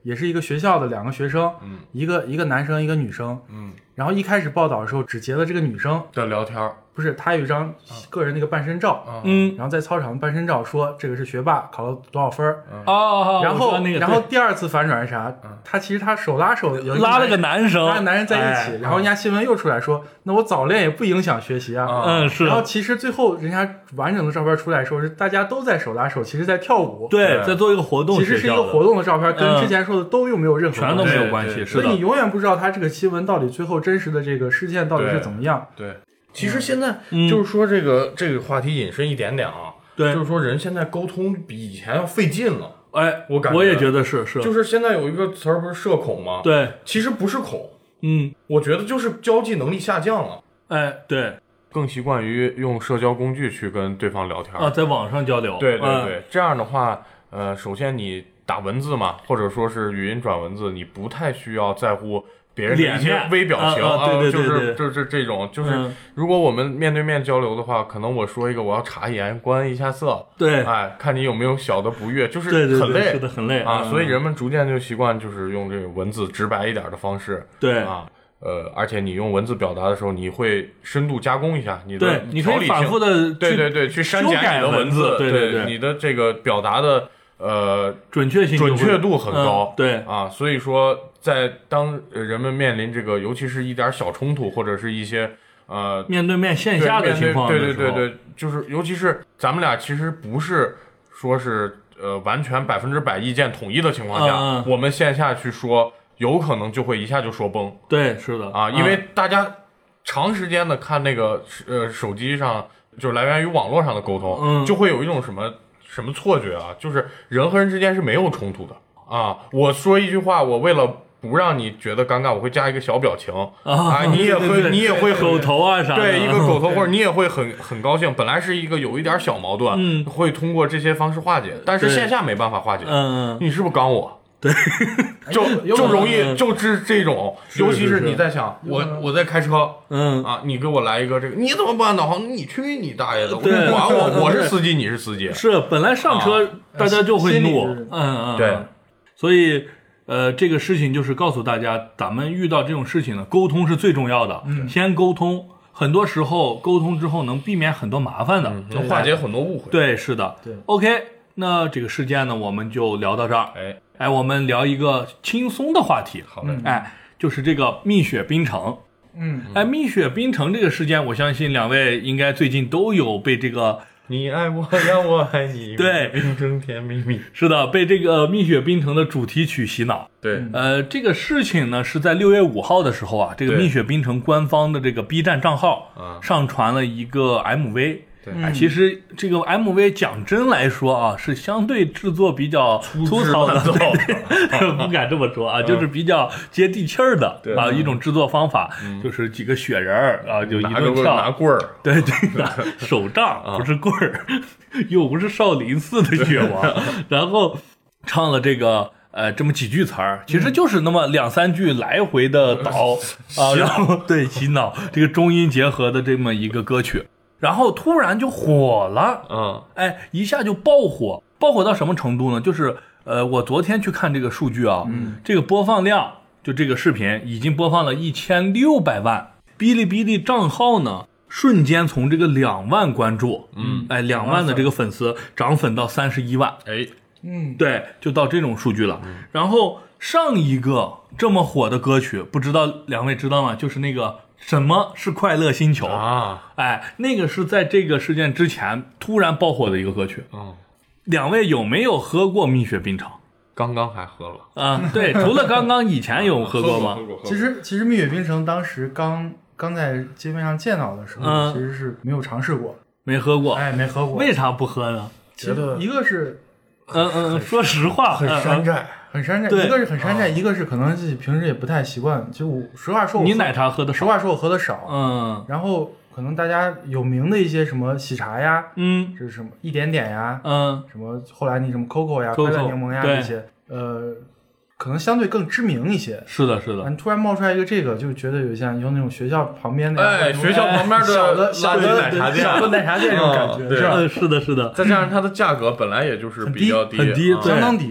也是一个学校的两个学生， 嗯， 一个一个男生一个女生， 嗯， 然后一开始报道的时候只截了这个女生的聊天， 不是，他有一张个人那个半身照， 嗯， 然后在操场的半身照说这个是学霸考了多少分儿， 哦， 然后那个然后第二次反转是啥？他其实他手拉手有拉了个男生， 拉个男人在一起， 哎然后人家新闻又出来说，那我早恋也不影响学习啊， 嗯是， 然后其实最后人家完整的照片出来说是大家都在手拉手，其实在跳舞， 对，在做一个活动， 其实是一个活动的照片，跟之前说的都又没有任何全都没有关系， 所以你永远不知道他这个新闻到底最后真实的这个事件到底是怎么样。 对，其实现在就是说这个这个话题引申一点点啊， 对， 就是说人现在沟通比以前要费劲了。 哎， 我感觉我也觉得是是， 就是现在有一个词儿不是社恐吗？ 对， 其实不是恐， 嗯， 我觉得就是交际能力下降了。 哎，对， 更习惯于用社交工具去跟对方聊天啊，在网上交流。 对对对，这样的话，呃，首先你打文字嘛，或者说是语音转文字，你不太需要在乎别人的一些微表情啊，对对对， 就是就是这种，就是如果我们面对面交流的话，可能我说一个我要察言观一下色， 对， 哎，看你有没有小的不悦，就是很累， 是的，很累啊，所以人们逐渐就习惯就是用这个文字直白一点的方式， 对啊。呃，而且你用文字表达的时候，你会深度加工一下你的对，你可以反复的对对对去删减你的文字， 对对对， 你的这个表达的呃准确性准确度很高， 嗯、对啊，所以说在当人们面临这个，尤其是一点小冲突或者是一些呃面对面线下的情况对对对对对，就是尤其是咱们俩其实不是说是呃完全百分之百意见统一的情况下， 嗯、 我们线下去说。有可能就会一下就说崩， 对，是的啊，因为大家长时间的看那个呃手机上，就是来源于网络上的沟通， 嗯， 就会有一种什么什么错觉啊，就是人和人之间是没有冲突的啊。我说一句话，我为了不让你觉得尴尬，我会加一个小表情啊，你也会你也会狗头啊啥的， 对，一个狗头，或者你也会很很高兴。本来是一个有一点小矛盾， 嗯， 会通过这些方式化解，但是线下没办法化解， 嗯， 你是不是刚我？ 对， 就就容易就是这种，尤其是你在想我我在开车， 嗯啊，你给我来一个这个，你怎么不按导航？你去你大爷的！我管我，我是司机，你是司机。 是，本来上车大家就会怒，嗯嗯， 对， 所以呃，这个事情就是告诉大家，咱们遇到这种事情呢，沟通是最重要的， 嗯， 先沟通。很多时候沟通之后能避免很多麻烦的， 能化解很多误会。 对，是的， 对。 OK， 那这个事件呢，我们就聊到这儿。 哎。 哎，我们聊一个轻松的话题。 好嘞， 哎，就是这个蜜雪冰城。 嗯， 哎，蜜雪冰城这个事件，我相信两位应该最近都有被这个你爱我呀，我爱你， 对， 冰城甜蜜蜜。 是的，被这个蜜雪冰城的主题曲洗脑。 对， 呃，这个事情呢是在六月五号的时候啊，这个蜜雪冰城官方的这个 B 站账号上传了一个 M V。 对， 哎，其实这个 M V 讲真来说啊，是相对制作比较粗糙的，不敢这么说啊，就是比较接地气儿的啊一种制作方法，就是几个雪人儿啊，就一顿跳， 拿棍儿， 对对，拿手杖不是棍儿，又不是少林寺的雪王，然后唱了这个。呃，这么几句词儿，其实就是那么两三句来回的倒啊，然后对洗脑这个中英结合的这么一个歌曲，然后突然就火了， 嗯， 哎，一下就爆火，爆火到什么程度呢？就是呃，我昨天去看这个数据啊， 嗯， 这个播放量，就这个视频已经播放了一千六百万，哔哩哔哩账号呢，瞬间从这个两万关注， 嗯， 哎，两万的这个粉丝涨粉到三十一万， 哎。 嗯， 对，就到这种数据了。嗯、然后上一个这么火的歌曲，不知道两位知道吗？就是那个什么是快乐星球啊？ 哎，那个是在这个事件之前突然爆火的一个歌曲。 嗯， 两位有没有喝过蜜雪冰城？ 刚刚还喝了啊？对，除了刚刚以前有喝过吗？ 喝过喝过其实其实蜜雪冰城当时刚刚在街面上见到的时候， 嗯、 其实是没有尝试过， 没喝过。 哎，没喝过。 为啥不喝呢？ 觉得一个是。 嗯嗯，说实话， 很山寨， 很山寨。一个是很山寨，一个是可能自己平时也不太习惯。就我实话说， 你奶茶喝的少， 实话说我喝的少。 嗯， 然后可能大家有名的一些什么喜茶呀， 嗯， 这是什么一点点呀， 嗯， 什么后来那什么 C O C O 呀、 快乐柠檬呀这些，呃，可能相对更知名一些。 是的，是的。 突然冒出来一个这个，就觉得有像有那种学校旁边的， 哎，学校旁边的小的小的奶茶店， 小的奶茶店这种感觉，是吧？ 是的，是的。 再加上它的价格本来也就是比较低， 很低， 相当低。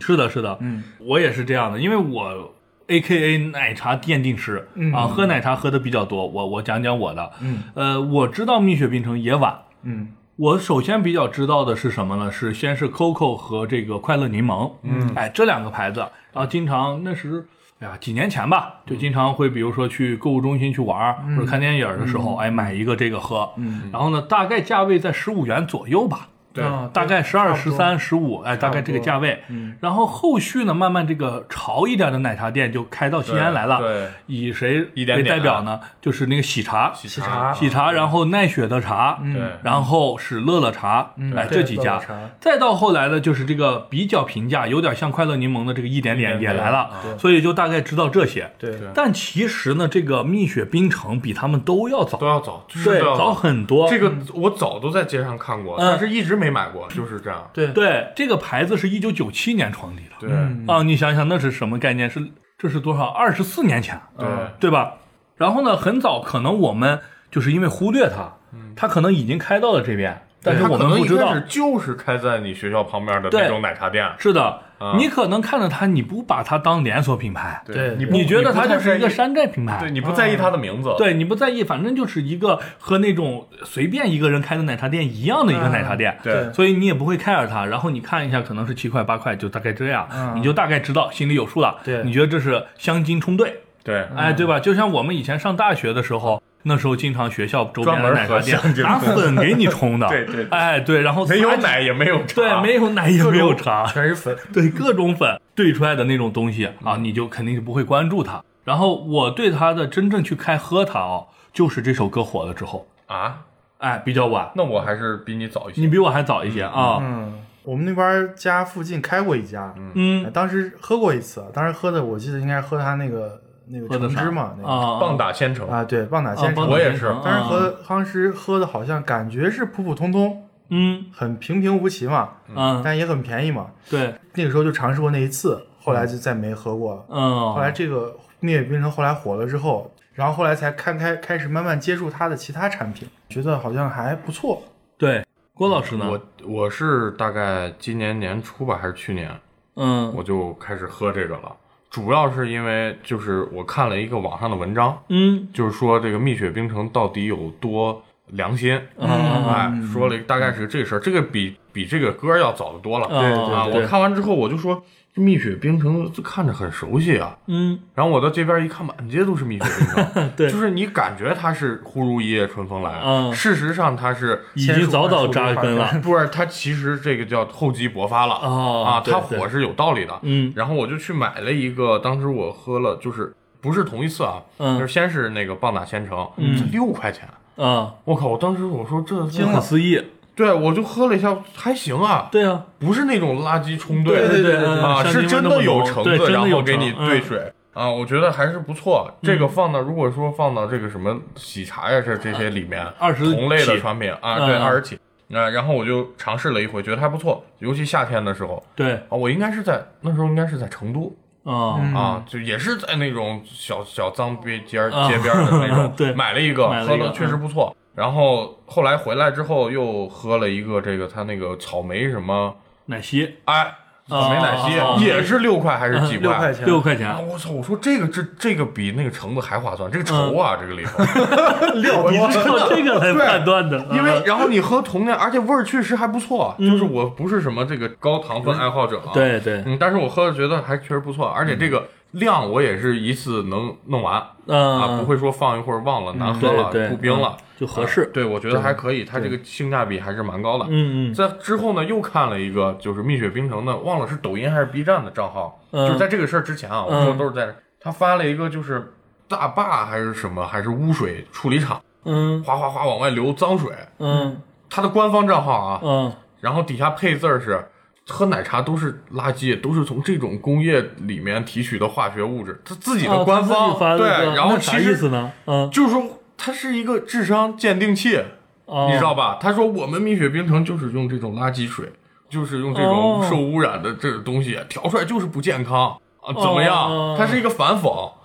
是的，是的， 嗯， 我也是这样的，因为我 A K A 奶茶奠定师、 嗯、 啊，喝奶茶喝的比较多。我我讲讲我的， 嗯， 呃，我知道蜜雪冰城也晚， 嗯， 我首先比较知道的是什么呢？是先是 C O C O 和这个快乐柠檬， 嗯， 哎，这两个牌子，然后经常那时。哎呀，几年前吧，就经常会，比如说去购物中心去玩、嗯、或者看电影的时候，嗯、哎，买一个这个喝。嗯，然后呢，大概价位在十五元左右吧。 对， 大概十二、十三、十五，哎，大概这个价位。 嗯， 然后后续呢，慢慢这个潮一点的奶茶店就开到西安来了。 对， 以谁为代表呢？就是那个喜茶， 喜茶， 喜茶，然后奈雪的茶， 嗯， 然后是乐乐茶， 嗯、 哎，这几家。再到后来呢，就是这个比较平价，有点像快乐柠檬的这个一点点也来了，所以就大概知道这些。 对， 但其实呢，这个蜜雪冰城比他们都要早， 都要早， 对，早很多。 这个我早都在街上看过，但是一直没买过，就是这样。 对对，这个牌子是一九九七年创立的。 对、 嗯、 啊，你想想那是什么概念？是这是多少？二十四年前。 对、 嗯、对吧？然后呢，很早可能我们就是因为忽略它，嗯、它可能已经开到了这边，但是我们不知道。 它可能一开始就是开在你学校旁边的那种奶茶店。 是的。 啊、 你可能看着它，你不把它当连锁品牌， 对， 你你觉得它就是一个山寨品牌， 对，你不在意它的名字， 啊、对，你不在意，反正就是一个和那种随便一个人开的奶茶店一样的一个奶茶店， 嗯、对， 所以你也不会 care 它，然后你看一下，可能是七块八块，就大概这样， 嗯、 你就大概知道，心里有数了， 对， 你觉得这是香精冲兑， 对， 哎，对吧？就像我们以前上大学的时候。那时候经常学校周边的奶茶店拿粉给你冲的， 对对， 哎对，然后没有奶也没有茶， 对，没有奶也没有茶， 全是粉， 对，各种粉兑出来的那种东西啊，你就肯定是不会关注它。然后我对它的真正去开喝它哦，就是这首歌火了之后啊， 哎，比较晚。 那我还是比你早一些， 你比我还早一些啊。 嗯，我们那边家附近开过一家， 嗯， 当时喝过一次，当时喝的我记得应该是喝它那个。那个橙汁嘛，那个啊， 棒打鲜橙啊，对，棒打鲜橙， 我也是。 但是喝当时喝的好像感觉是普普通通， 嗯， 很平平无奇嘛， 嗯， 但也很便宜嘛。 对， 那个时候就尝试过那一次，后来就再没喝过了。 嗯， 后来这个蜜雪冰城后来火了之后，然后后来才看开开始慢慢接触它的其他产品，觉得好像还不错。 对，郭老师呢？ 我我是大概今年年初吧，还是去年， 嗯， 我就开始喝这个了。主要是因为就是我看了一个网上的文章， 嗯， 就是说这个蜜雪冰城到底有多良心， 嗯， 哎，说了大概是这事儿，这个比比这个歌要早得多了， 对对啊，我看完之后我就说蜜雪冰城看着很熟悉啊， 嗯， 然后我到这边一看，满街都是蜜雪冰城， 对， 就是你感觉它是忽如一夜春风来， 嗯， 事实上它是已经早早扎根了， 不是，它其实这个叫厚积薄发了， 哦， 啊，它火是有道理的， 嗯， 然后我就去买了一个，当时我喝了，就是不是同一次啊， 嗯， 就是先是那个棒打鲜橙， 嗯， 六块钱， 啊， 我靠，我当时我说这不可思议。 对，我就喝了一下，还行啊。 对啊， 不是那种垃圾冲兑， 对对对啊，是真的有橙子，然后给你兑水、 嗯、 啊，我觉得还是不错。这个放到如果说放到这个什么喜茶呀这这些里面， 二十同类的产品啊，对， 嗯、 二十起啊，然后我就尝试了一回，觉得还不错，尤其夏天的时候。 对啊，我应该是在那时候应该是在成都。 啊、 嗯、 啊，就也是在那种小小脏边街街边的那种， 对， 买了一个， 了一个喝的确实不错。然后后来回来之后又喝了一个这个他那个草莓什么奶昔， 哎，草莓奶昔、 啊、 也是六块还是几块？ 六块钱， 六块钱。 啊、我操！我说这个这这个比那个橙子还划算，这个稠啊，嗯、这个里头料多， 靠这个来判断的。 因为然后你喝同样，而且味儿确实还不错。嗯、就是我不是什么这个高糖分爱好者啊， 对对， 嗯，但是我喝的觉得还确实不错，而且这个。量我也是一次能弄完、 嗯、 啊，不会说放一会儿忘了、嗯、难喝了不冰了、 嗯、就合适、 啊。对，我觉得还可以，它这个性价比还是蛮高的。 嗯嗯。 在之后呢，又看了一个就是蜜雪冰城的，忘了是抖音还是 B 站的账号，嗯、就是在这个事儿之前啊，我说都是在、嗯、他发了一个就是大坝还是什么还是污水处理厂， 嗯， 哗哗哗往外流脏水， 嗯， 他的官方账号啊， 嗯， 然后底下配字是。喝奶茶都是垃圾，都是从这种工业里面提取的化学物质。他自己的官方、 哦、 对，然后其实意思呢？嗯， 就是说它是一个智商鉴定器， 哦、 你知道吧？他说我们蜜雪冰城就是用这种垃圾水，就是用这种受污染的这个东西、哦、调出来就是不健康啊，怎么样？ 哦、 它是一个反讽。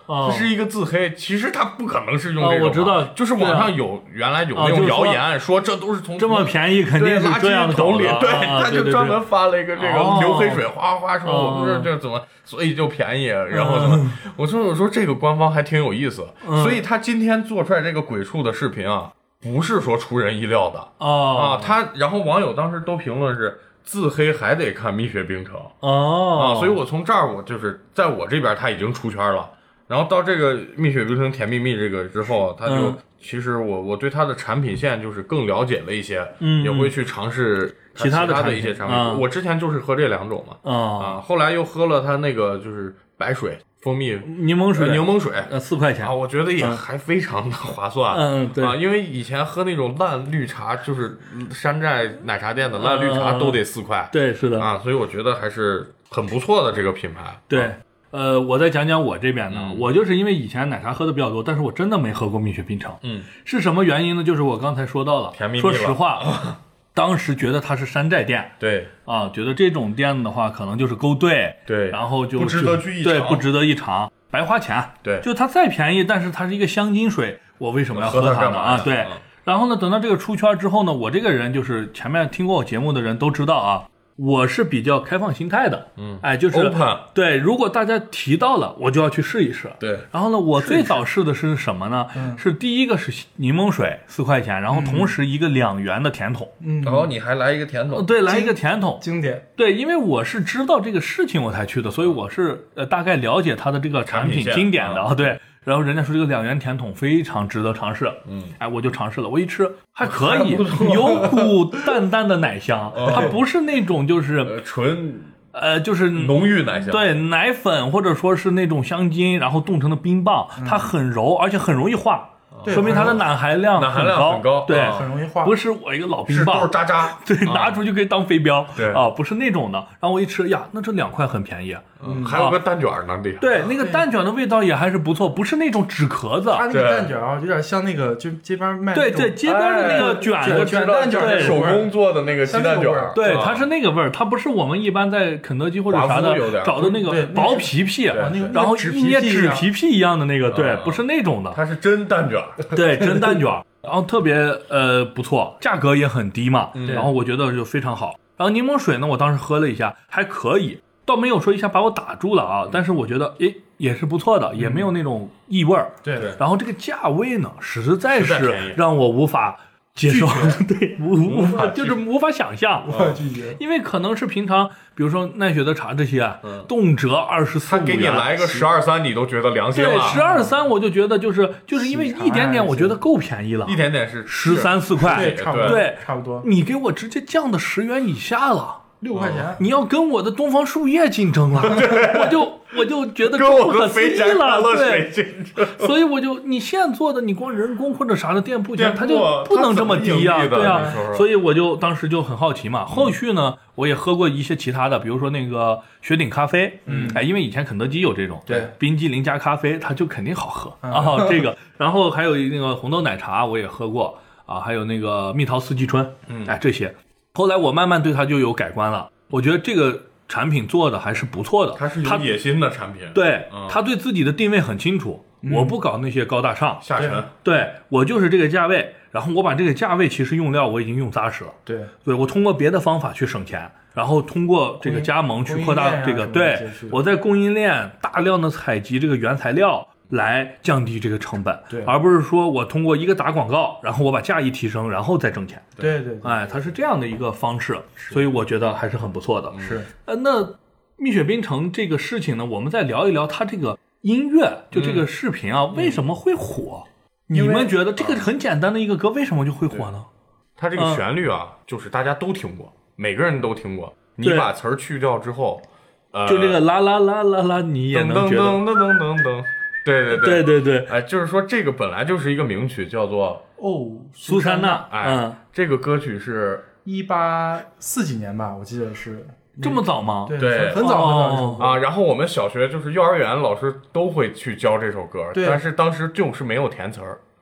哦它是一个自黑，其实它不可能是用哦这个、 我知道就是网上有、啊、原来有那种谣言、说这都是从这么便宜肯定是这样的桶里，对， 啊、 他就专门发了一个这个流黑水，哗哗说我们这这怎么，所以就便宜，然后怎么？我说我说这个官方还挺有意思， 嗯、 所以他今天做出来这个鬼畜的视频啊，不是说出人意料的哦啊，他然后网友当时都评论是。自黑还得看蜜雪冰城哦啊，所以我从这儿我就是在我这边他已经出圈了，然后到这个蜜雪冰城甜蜜蜜这个之后，他就、嗯、其实我我对他的产品线就是更了解了一些， 嗯， 也会去尝试其他的一些产品。 啊、 我之前就是喝这两种嘛， 啊啊，后来又喝了他那个就是白水。蜂蜜柠檬水， 柠檬水， 呃，四块钱啊，我觉得也还非常的划算， 嗯，对啊，因为以前喝那种烂绿茶，就是山寨奶茶店的烂绿茶都得四块， 对，是的， 啊，所以我觉得还是很不错的这个品牌。 对， 啊、 呃，我再讲讲我这边的， 嗯、 我就是因为以前奶茶喝的比较多，但是我真的没喝过蜜雪冰城， 嗯， 是什么原因呢？就是我刚才说到了， 甜蜜蜜说实话。当时觉得它是山寨店， 对啊，觉得这种店的话可能就是勾兑， 对， 然后就不值得去一尝， 对，不值得一尝，白花钱， 对， 就它再便宜，但是它是一个香精水，我为什么要喝它呢？啊，对。然后呢，等到这个出圈之后呢，我这个人就是前面听过我节目的人都知道啊。我是比较开放心态的， 嗯， 哎，就是 open， 对，如果大家提到了，我就要去试一试， 对。 然后呢，我最早试的是什么呢？ 嗯、 是第一个是柠檬水，四块钱，然后同时一个两元的甜筒， 嗯， 然后你还来一个甜筒， 对，来一个甜筒， 经典， 对，因为我是知道这个事情我才去的，所以我是呃大概了解它的这个产品经典的啊，对。然后人家说这个两元甜筒非常值得尝试， 嗯， 哎，我就尝试了，我一吃还可以，有股淡淡的奶香， 哦、 它不是那种就是、 呃、纯呃就是浓郁奶香， 对，奶粉或者说是那种香精，然后冻成的冰棒， 嗯、 它很柔，而且很容易化。 对， 说明它的奶含量奶含量很高， 对， 很容易化。 不是我一个老冰棒， 都是渣渣， 对，拿出去可以当飞镖， 对啊，不是那种的。然后我一吃呀，那这两块很便宜， 嗯，还有个蛋卷呢，这对，那个蛋卷的味道也还是不错，不是那种纸壳子， 它那个蛋卷啊，有点像那个就街边卖， 对对，街边的那个卷的卷蛋卷， 手工做的那个鸡蛋卷， 对，它是那个味儿，它不是我们一般在肯德基或者啥的找的那个薄皮皮，然后一捏纸皮皮一样的那个，对，不是那种的， 它是真蛋卷， 对，真蛋卷。然后特别呃不错，价格也很低嘛， 嗯、 然后我觉得就非常好。然后柠檬水呢，我当时喝了一下，还可以，倒没有说一下把我打住了啊，但是我觉得诶也是不错的，也没有那种异味儿。 对对。 然后这个价位呢，实在是让我无法接受，对，无无法就是无法想象， 无法拒绝， 因为可能是平常，比如说奈雪的茶这些， 嗯、 动辄二十四， 他给你来一个十二三，你都觉得良心了。 对，十二三我就觉得就是就是因为一点点，我觉得够便宜了， 一点点是十三四块， 对，差不多， 对， 差不多。 你给我直接降到十元以下了。 六块钱， 你要跟我的东方树叶竞争了，我就我就觉得跟我不可思议了， 对， 所以我就你现做的，你光人工或者啥的店铺钱，它就不能这么低呀，对呀，所以我就当时就很好奇嘛。后续呢，我也喝过一些其他的，比如说那个雪顶咖啡， 嗯， 哎，因为以前肯德基有这种， 对， 冰激凌加咖啡，它就肯定好喝啊，这个，然后还有那个红豆奶茶我也喝过啊，还有那个蜜桃四季春，哎，这些。后来我慢慢对它就有改观了，我觉得这个产品做的还是不错的， 它是有野心的产品， 对， 嗯、 它对自己的定位很清楚， 嗯、 我不搞那些高大上下沉， 对我就是这个价位，然后我把这个价位其实用料我已经用扎实了， 对， 对我通过别的方法去省钱，然后通过这个加盟去扩大这个，对，我在供应链大量的采集这个原材料。来降低这个成本， 对， 而不是说我通过一个打广告，然后我把价一提升，然后再挣钱。 对对，对哎，它是这样的一个方式，所以我觉得还是很不错的。 是， 呃，那蜜雪冰城这个事情呢，我们再聊一聊它这个音乐，就这个视频啊，嗯、为什么会火？你们觉得这个很简单的一个歌，为什么就会火呢？ 它这个旋律啊，嗯、就是大家都听过，每个人都听过。你把词儿去掉之后，呃， 就这个啦啦啦啦啦，你也能觉得。 噔噔噔噔噔噔。对对对对对， 哎，就是说这个本来就是一个名曲，叫做哦苏珊娜， 哎， 嗯， 这个歌曲是一八四几年吧，我记得是这么早吗？ 对， 对很早很早啊。然后我们小学就是幼儿园老师都会去教这首歌，但是当时就是没有填词儿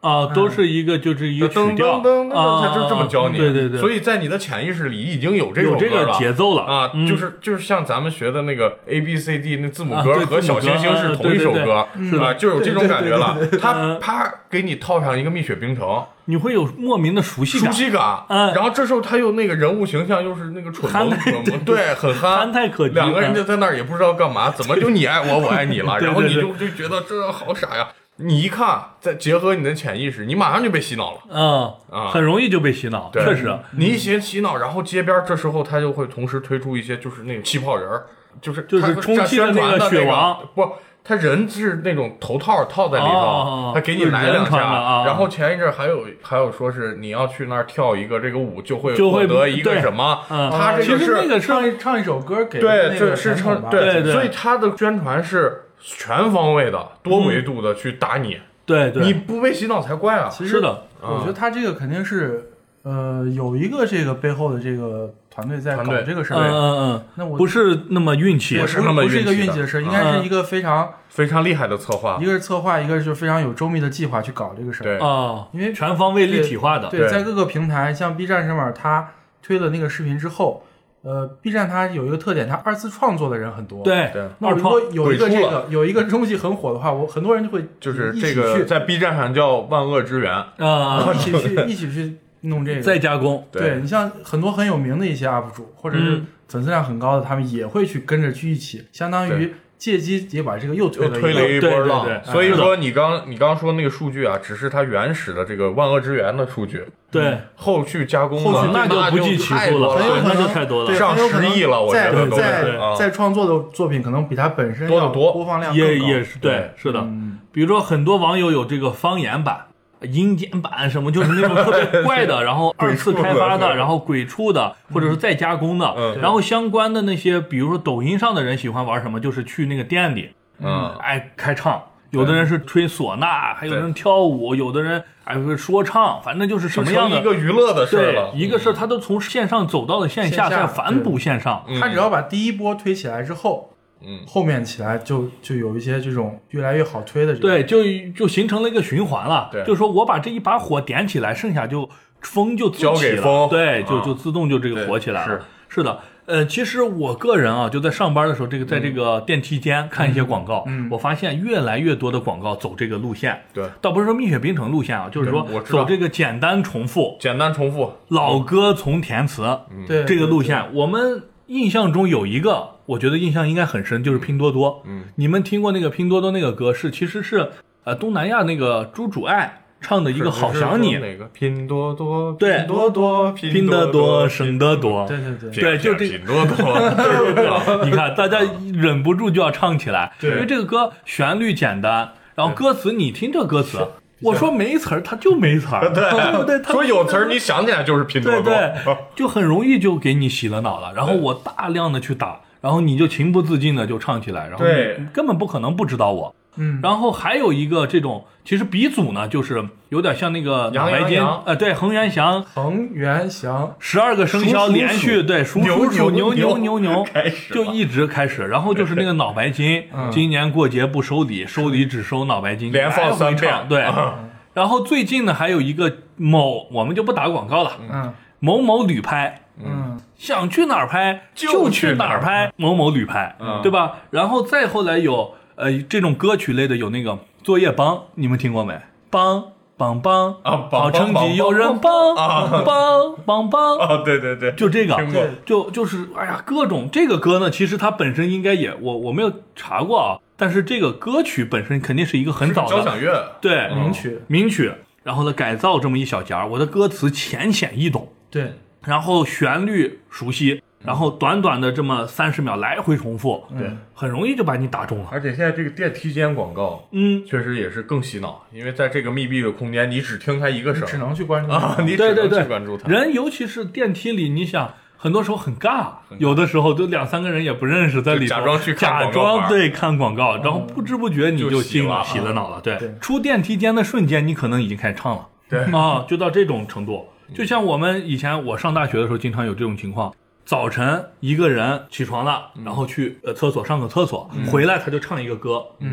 啊，都是一个就是一个曲调噔噔噔， 啊， 他就这么教你。 对对对， 所以在你的潜意识里已经有这有这个节奏了啊， 嗯、 就是就是像咱们学的那个 A B C D 那字母歌和小行星是同一首歌啊，就有这种感觉了。他啪给你套上一个蜜雪冰城。 你会有莫名的熟悉感， 熟悉感， 嗯， 然后这时候他又那个人物形象又是那个蠢萌蠢萌，对，很憨， 憨态可掬， 两个人就在那儿也不知道干嘛，怎么就你爱我，我爱你了， 对对对， 然后你就就觉得这好傻呀。你一看，再结合你的潜意识，你马上就被洗脑了， 嗯啊，很容易就被洗脑，确实。 你一洗洗脑，然后街边这时候他就会同时推出一些就是那种气泡人，就是就是充气的那个血王， 不。他人是那种头套套在里头， 哦、 他给你来两下， 啊、 然后前一阵还有还有说是你要去那儿跳一个这个舞就会获得一个什么， 嗯、 他这个是那个唱一唱一首歌给对，这是唱对对对， 所以他的宣传是全方位的、多维度的去打你， 对对， 你不被洗脑才怪啊！ 是的， 我觉得他这个肯定是呃有一个这个背后的这个。团队在搞这个事儿， 嗯嗯嗯， 那我不是那么运气， 不是那么不是一个运气的事，应该是一个非常非常厉害的策划， 一个是策划，一个是非常有周密的计划去搞这个事儿。 对啊， 因为全方位立体化的。 对，在各个平台，像 B 站上面，它推了那个视频之后，呃 ，B 站它有一个特点，它二次创作的人很多。 对对。 那如果有一个这个有一个东西很火的话，我很多人就会就是这个在 B 站上叫万恶之源啊， 一起去一起去。弄这个再加工， 对, 对你像很多很有名的一些 U P 主，或者是粉丝量很高的，他们也会去跟着去一起，相当于借机也把这个又推了推了一波浪。 对对对所以说你刚你刚说那个数据啊，只是它原始的这个万恶之源的数据， 对， 后续加工后续那就不计其数了， 对， 那就太多了， 上十亿了，我觉得都在在创作的作品可能比它本身多得多， 播放量也也是对， 是的。比如说很多网友有这个方言版。阴间版什么就是那种特别怪的，然后二次开发的，然后鬼畜的，或者是再加工的， 嗯、 然后相关的那些，比如说抖音上的人喜欢玩什么，就是去那个店里， 嗯， 哎开唱，有的人是吹唢呐，还有人跳舞，有的人哎说唱，反正就是什么样的一个娱乐的事了。 对，一个是他都从线上走到了线下，再反哺线上， 他只要把第一波推起来之后。 嗯， 后面起来就就有一些这种越来越好推的这个， 对，就就形成了一个循环了。 对， 就是说我把这一把火点起来，剩下就风就自交给风， 对， 啊、 就就自动就这个火起来了。 是是的，呃，其实我个人啊，就在上班的时候，这个在这个电梯间看一些广告， 嗯， 我发现越来越多的广告走这个路线。 对， 倒不是说蜜雪冰城路线啊，就是说走这个简单重复、 简单重复、 老歌从填词， 对、 嗯、这个路线，我们。印象中有一个，我觉得印象应该很深，就是拼多多。 嗯， 你们听过那个拼多多那个歌是，其实是呃东南亚那个朱主爱唱的一个《好想你》。 哪个？拼多多， 对， 拼多多， 拼得多，生得多。 对对对， 对，就这拼多多。 你看，大家忍不住就要唱起来， 对， 因为这个歌旋律简单，然后歌词你听这歌词。我说没词儿，他就没词儿， 对对不对？ 说有词儿，你想起来就是拼多多， 对对，就很容易就给你洗了脑了。然后我大量的去打，然后你就情不自禁的就唱起来，然后你根本不可能不知道我。 嗯， 然后还有一个这种，其实鼻祖呢，就是有点像那个脑白金，呃，对，恒源祥， 恒源祥， 十二个生肖连续对，鼠鼠鼠牛牛牛牛，就一直开始，然后就是那个脑白金，今年过节不收礼，收礼只收脑白金， 连放三遍， 对。然后最近呢，还有一个某，我们就不打广告了， 嗯， 某某旅拍， 嗯， 想去哪儿拍就去哪儿拍，某某旅拍， 嗯， 对吧？然后再后来有呃这种歌曲类的，有那个作业帮，你们听过没？帮帮帮啊， 好成绩有人帮啊， 帮帮帮啊，对对对， 就这个， 听过， 就就是哎呀，各种这个歌呢，其实它本身应该也我我没有查过啊。但是这个歌曲本身肯定是一个很早的交响乐， 对名曲名曲，然后呢改造这么一小节儿，我的歌词浅显易懂， 对， 然后旋律熟悉，然后短短的这么三十秒来回重复， 对， 很容易就把你打中了。 而且现在这个电梯间广告， 嗯， 确实也是更洗脑，因为在这个密闭的空间，你只听它一个声， 只能去关注啊，你对对对关注它。 人尤其是电梯里，你想。很多时候很尬，有的时候都两三个人也不认识，在里头假装去看假装对看广告，然后不知不觉你就进了洗了脑了。对，出电梯间的瞬间，你可能已经开始唱了。 对啊，就到这种程度。就像我们以前我上大学的时候，经常有这种情况：早晨一个人起床了，然后去呃厕所上个厕所，回来他就唱一个歌， 嗯，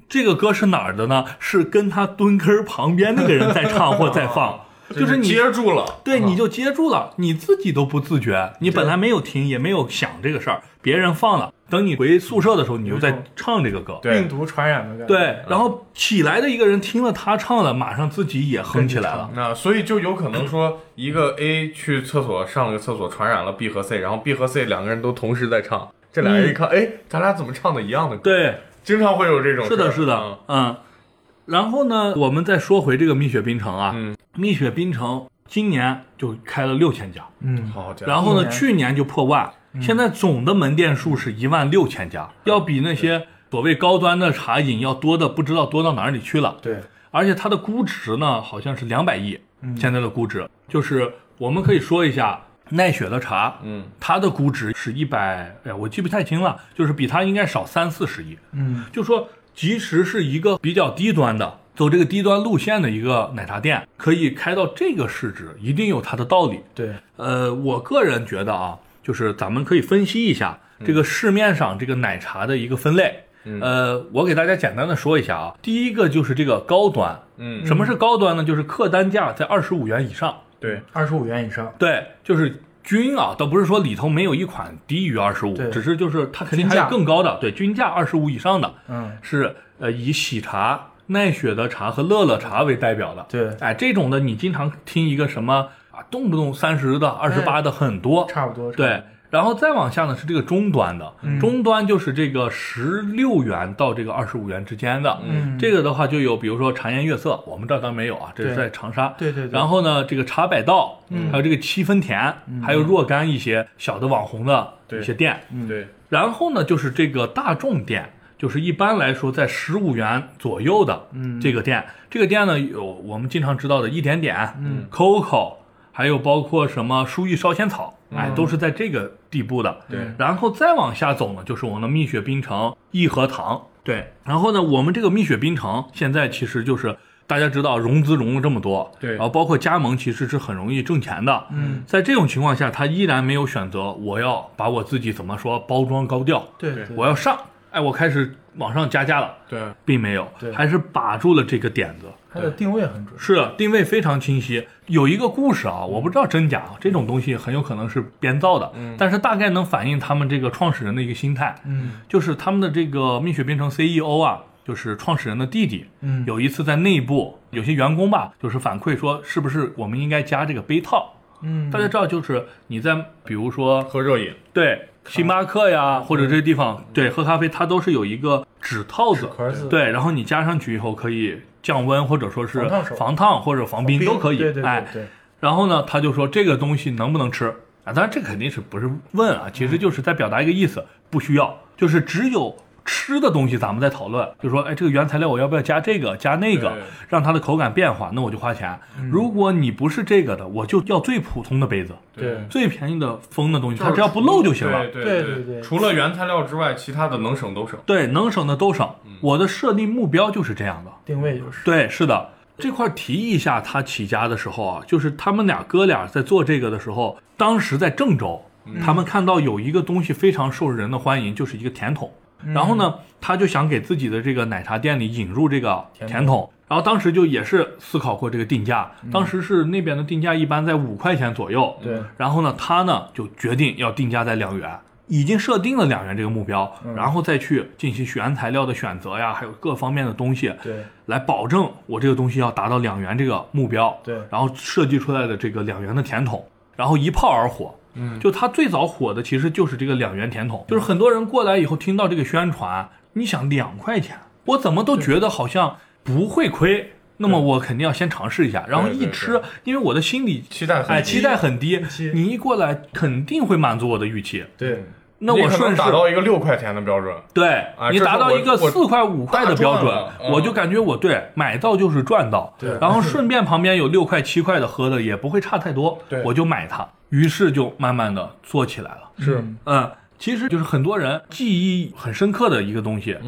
这个歌是哪儿的呢？是跟他蹲根旁边那个人在唱或在放。就是你接住了， 对，你就接住了，你自己都不自觉，你本来没有听，也没有想这个事儿，别人放了，等你回宿舍的时候，你就在唱这个歌， 病毒传染的感觉。 对，然后起来的一个人听了他唱了，马上自己也哼起来了。 那所以就有可能说，一个 A 去厕所上了个厕所，传染了 B 和 C， 然后 B 和 C 两个人都同时在唱，这俩人一看，哎、嗯，咱俩怎么唱的一样的歌？ 对， 经常会有这种。 是的，是的，嗯。嗯然后呢，我们再说回这个蜜雪冰城啊， 嗯， 蜜雪冰城今年就开了六千家， 嗯， 好家伙， 然后呢，去年就破万，嗯、现在总的门店数是一万六千家，要比那些所谓高端的茶饮要多的不知道多到哪里去了。 对， 而且它的估值呢，好像是两百亿，嗯，现在的估值就是我们可以说一下。奈雪的茶， 嗯， 它的估值是一百，哎呀，我记不太清了，就是比它应该少三四十亿， 嗯， 就说即使是一个比较低端的，走这个低端路线的一个奶茶店，可以开到这个市值，一定有它的道理。 对， 呃，我个人觉得啊，就是咱们可以分析一下这个市面上这个奶茶的一个分类。 嗯、 呃，我给大家简单的说一下啊，第一个就是这个高端， 嗯， 什么是高端呢？就是客单价在二十五元以上。 对， 二十五元以上， 对，就是均啊，倒不是说里头没有一款低于二十五，只是就是它肯定还有更高的，对，均价二十五以上的， 嗯， 是呃以喜茶、奈雪的茶和乐乐茶为代表的， 对， 哎，这种的你经常听一个什么啊，动不动三十的、二十八的很多， 差不多， 对。然后再往下呢是这个中端的， 嗯、 中端就是这个十六元到这个二十五元之间的， 嗯， 这个的话就有比如说茶颜悦色，我们这儿当然没有啊，这是在长沙， 对对对。 然后呢，这个茶百道， 嗯， 还有这个七分甜， 嗯、 还有若干一些小的网红的一些店， 嗯， 对。 然后呢，就是这个大众店，就是一般来说在十五元左右的这个店， 嗯、 这个店呢有我们经常知道的一点点， 嗯 ，Coco。还有包括什么舒逸烧仙草，哎， 嗯、 都是在这个地步的。 对， 然后再往下走呢，就是我们的蜜雪冰城、益和堂。对，然后呢，我们这个蜜雪冰城现在其实就是大家知道融资融了这么多， 对， 然后包括加盟其实是很容易挣钱的。 嗯， 在这种情况下，他依然没有选择我要把我自己怎么说包装高调， 对，对我要上，哎，我开始往上加价了。 对， 并没有，还是把住了这个点子。 它的定位很准， 是定位非常清晰。有一个故事啊，我不知道真假，这种东西很有可能是编造的， 嗯， 但是大概能反映他们这个创始人的一个心态， 嗯， 就是他们的这个蜜雪冰城 C E O 啊，就是创始人的弟弟， 嗯， 有一次在内部有些员工吧，就是反馈说，是不是我们应该加这个杯套？ 嗯， 大家知道，就是你在比如说喝热饮， 对。星巴克呀，或者这些地方，对，喝咖啡它都是有一个纸套子，对，然后你加上去以后可以降温，或者说是防烫或者防冰都可以， 对对对， 哎，然后呢，他就说这个东西能不能吃啊？当然这肯定是不是问啊，其实就是在表达一个意思，不需要，就是只有吃的东西咱们在讨论，就说哎，这个原材料我要不要加这个加那个，让它的口感变化，那我就花钱。 嗯、 如果你不是这个的，我就要最普通的杯子， 对， 最便宜的风的东西，它只要不漏就行了。 对对对对， 除了原材料之外，其他的能省都省。 对，能省的都省。 嗯、 我的设定目标就是这样的， 定位就是。 对，是的。这块提一下，他起家的时候啊，就是他们俩哥俩在做这个的时候，当时在郑州， 嗯、 他们看到有一个东西非常受人的欢迎，就是一个甜筒。然后呢，他就想给自己的这个奶茶店里引入这个甜筒，然后当时就也是思考过这个定价，当时是那边的定价一般在五块钱左右， 对。 然后呢，他呢就决定要定价在两元，已经设定了两元这个目标，然后再去进行原材料的选择呀，还有各方面的东西， 对， 来保证我这个东西要达到两元这个目标， 对。 然后设计出来的这个两元的甜筒，然后一炮而火。 嗯， 就它最早火的其实就是这个两元甜筒，就是很多人过来以后听到这个宣传，你想两块钱，我怎么都觉得好像不会亏，那么我肯定要先尝试一下，然后一吃，因为我的心理期待很低， 哎，期待很低，你一过来肯定会满足我的预期， 对。 那我顺势达到一个六块钱的标准， 对、啊、你达到一个四块五块的标准，我就感觉我对买到就是赚到， 对， 然后顺便旁边有六块七块的喝的也不会差太多， 对， 我就买它，于是就慢慢的做起来了。 是， 嗯，其实就是很多人记忆很深刻的一个东西， 嗯，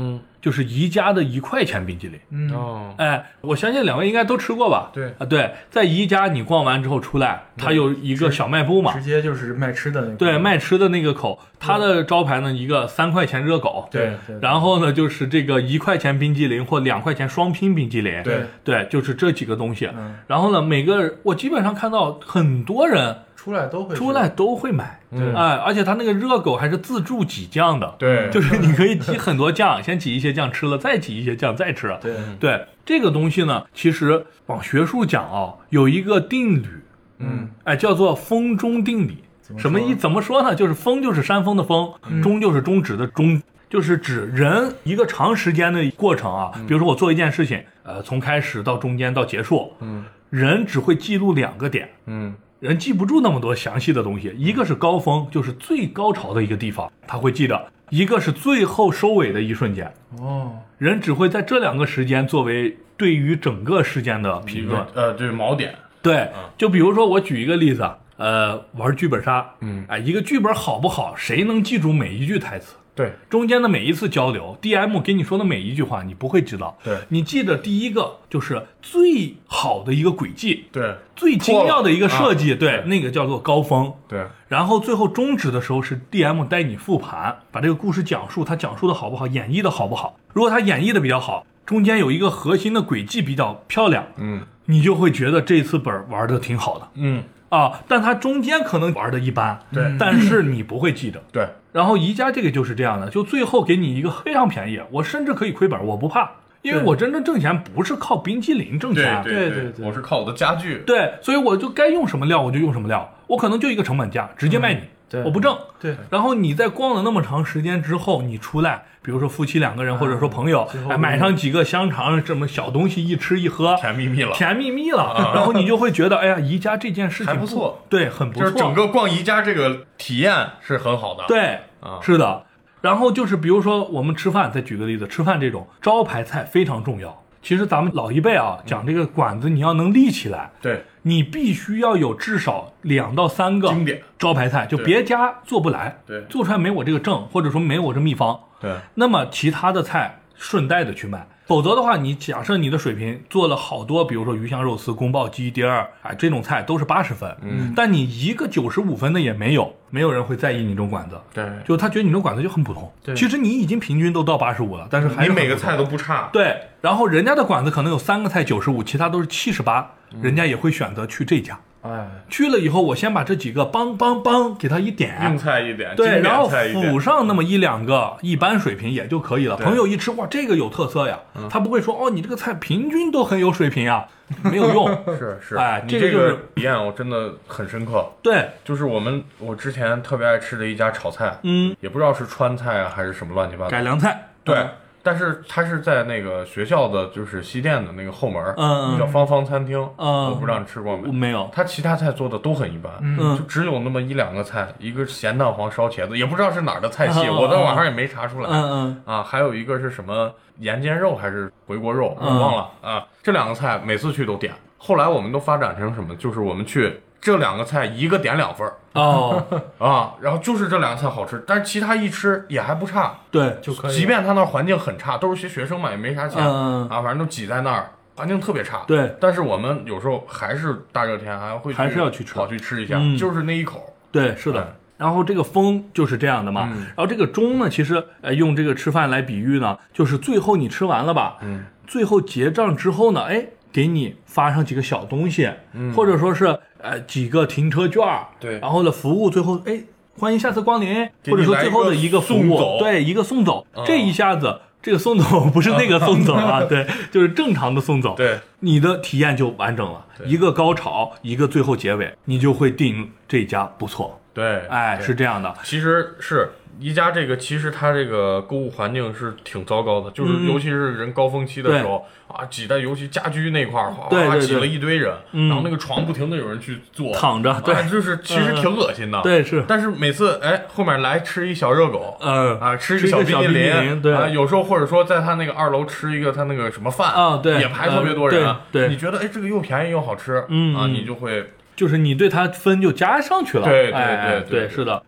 就是宜家的一块钱冰激凌。 嗯哦， 哎，我相信两位应该都吃过吧？ 对啊，对，在宜家你逛完之后出来，它有一个小卖部嘛， 直接就是卖吃的那个。 对，卖吃的那个口，它的招牌呢一个三块钱热狗， 对对， 然后呢就是这个一块钱冰激凌或两块钱双拼冰激凌， 对对，就是这几个东西。 嗯然后呢，每个我基本上看到很多人出来都会出来都会买， 嗯哎，而且它那个热狗还是自助挤酱的， 对， 就是你可以挤很多酱，先挤一些酱吃了，再挤一些酱再吃。 对对，这个东西呢，其实往学术讲啊，有一个定律， 嗯， 哎，叫做峰中定理。 么什么意？怎么说呢？就是峰就是山峰的峰， 嗯中就是终止的终，就是指人一个长时间的过程啊。比如说我做一件事情，呃，从开始到中间到结束， 嗯， 人只会记录两个点， 嗯人记不住那么多详细的东西。一个是高峰，就是最高潮的一个地方，他会记得；一个是最后收尾的一瞬间。 哦， 人只会在这两个时间作为对于整个事件的评论。 呃，对锚点， 对，就比如说我举一个例子，呃，玩剧本杀， 嗯， 哎，一个剧本好不好，谁能记住每一句台词？ 对中间的每一次交流 ，D M 给你说的每一句话，你不会知道。 对， 你记得第一个就是最好的一个轨迹， 对最精妙的一个设计，对， 啊那个叫做高峰。 对， 然后最后终止的时候是 D M 带你复盘，把这个故事讲述，他讲述的好不好，演绎的好不好。如果他演绎的比较好，中间有一个核心的轨迹比较漂亮， 嗯你就会觉得这次本玩的挺好的嗯， 啊。但它中间可能玩的一般， 对但是你不会记得。 对， 然后宜家这个就是这样的，就最后给你一个非常便宜，我甚至可以亏本，我不怕，因为对我真正挣钱不是靠冰淇淋挣钱， 对对对对我是靠我的家具， 对，所以我就该用什么料我就用什么料，我可能就一个成本价，直接卖你， 对我不挣。 对， 然后你在逛了那么长时间之后，你出来，比如说夫妻两个人，或者说朋友， 最后哎，买上几个香肠，什么小东西一吃一喝， 甜蜜蜜了， 甜蜜蜜了，然后你就会觉得，哎呀，宜家这件事情还不错， 对，很不错， 就是整个逛宜家这个体验是很好的， 对， 啊是的。然后就是比如说我们吃饭，再举个例子，吃饭这种招牌菜非常重要。其实咱们老一辈啊讲这个馆子，你要能立起来， 对， 你必须要有至少两到三个经典招牌菜，就对别家做不来， 对做出来没我这个正，或者说没我这秘方， 对那么其他的菜顺带的去卖。否则的话，你假设你的水平做了好多，比如说鱼香肉丝、宫保鸡丁儿，哎，这种菜都是八十分， 嗯， 但你一个九十五分的也没有，没有人会在意你这种馆子， 对， 就他觉得你这种馆子就很普通。 对其实你已经平均都到八十五了，但是还是你每个很普通菜都不差， 对，然后人家的馆子可能有三个菜九十五，其他都是七十八， 嗯人家也会选择去这家。 哎， 去了以后，我先把这几个梆梆梆给他一硬点， 菜一点， 对， 经典然后菜一点附上那么一两个一般水平也就可以了。 对朋友一吃，哇，这个有特色呀， 嗯他不会说哦，你这个菜平均都很有水平啊，没有用。 是是， 哎你这这个就是个体验我真的很深刻。 对， 就是我们我之前特别爱吃的一家炒菜， 嗯， 也不知道是川菜啊还是什么乱七八糟， 改良菜， 对，但是它是在那个学校的就是西店的那个后门， 嗯嗯叫芳芳餐厅， 嗯我不知道你吃过我没。 没有， 它其他菜做的都很一般， 嗯就只有那么一两个菜，一个咸蛋黄烧茄子，也不知道是哪儿的菜系， 嗯嗯我在网上也没查出来。 嗯嗯啊，还有一个是什么盐煎肉还是回锅肉，我嗯忘了啊。这两个菜每次去都点，后来我们都发展成什么？就是我们去这两个菜一个点两份儿哦， 啊，然后就是这两个菜好吃，但是其他一吃也还不差， 对， 就可以了。 即便他那儿环境很差，都是些学生嘛，也没啥钱、 嗯嗯啊，反正都挤在那儿，环境特别差。 对， 但是我们有时候还是大热天还会去还是要去吃跑去吃一下， 嗯就是那一口。 对，是对的。然后这个风就是这样的嘛， 嗯然后这个钟呢，其实呃用这个吃饭来比喻呢，就是最后你吃完了吧， 嗯， 最后结账之后呢，哎，给你发上几个小东西， 嗯或者说是呃几个停车券儿， 对然后呢服务最后哎欢迎下次光临， 给你或者说最后的一个服务， 来一个送走对，一个送走， 哦这一下子。这个送走不是那个送走啊，对，就是正常的送走。 对， 你的体验就完整了，一个高潮，一个最后结尾，你就会定这家不错。 对， 哎， 对是这样的。 其实是宜家这个，其实它这个购物环境是挺糟糕的，就是嗯尤其是人高峰期的时候、啊，挤在尤其家居那块儿，哗对对对挤了一堆人， 嗯然后那个床不停的有人去坐躺着，对、 啊，就是其实挺恶心的。 对是， 但是每次哎后面来吃一小热狗。 嗯啊，吃吃一个小小冰冰淇淋对啊，有时候或者说在他那个二楼吃一个他那个什么饭啊对也排特别多人， 呃对对你觉得哎这个又便宜又好吃， 嗯啊，你就会就是你对它分就加上去了。 对对哎对对对，是的。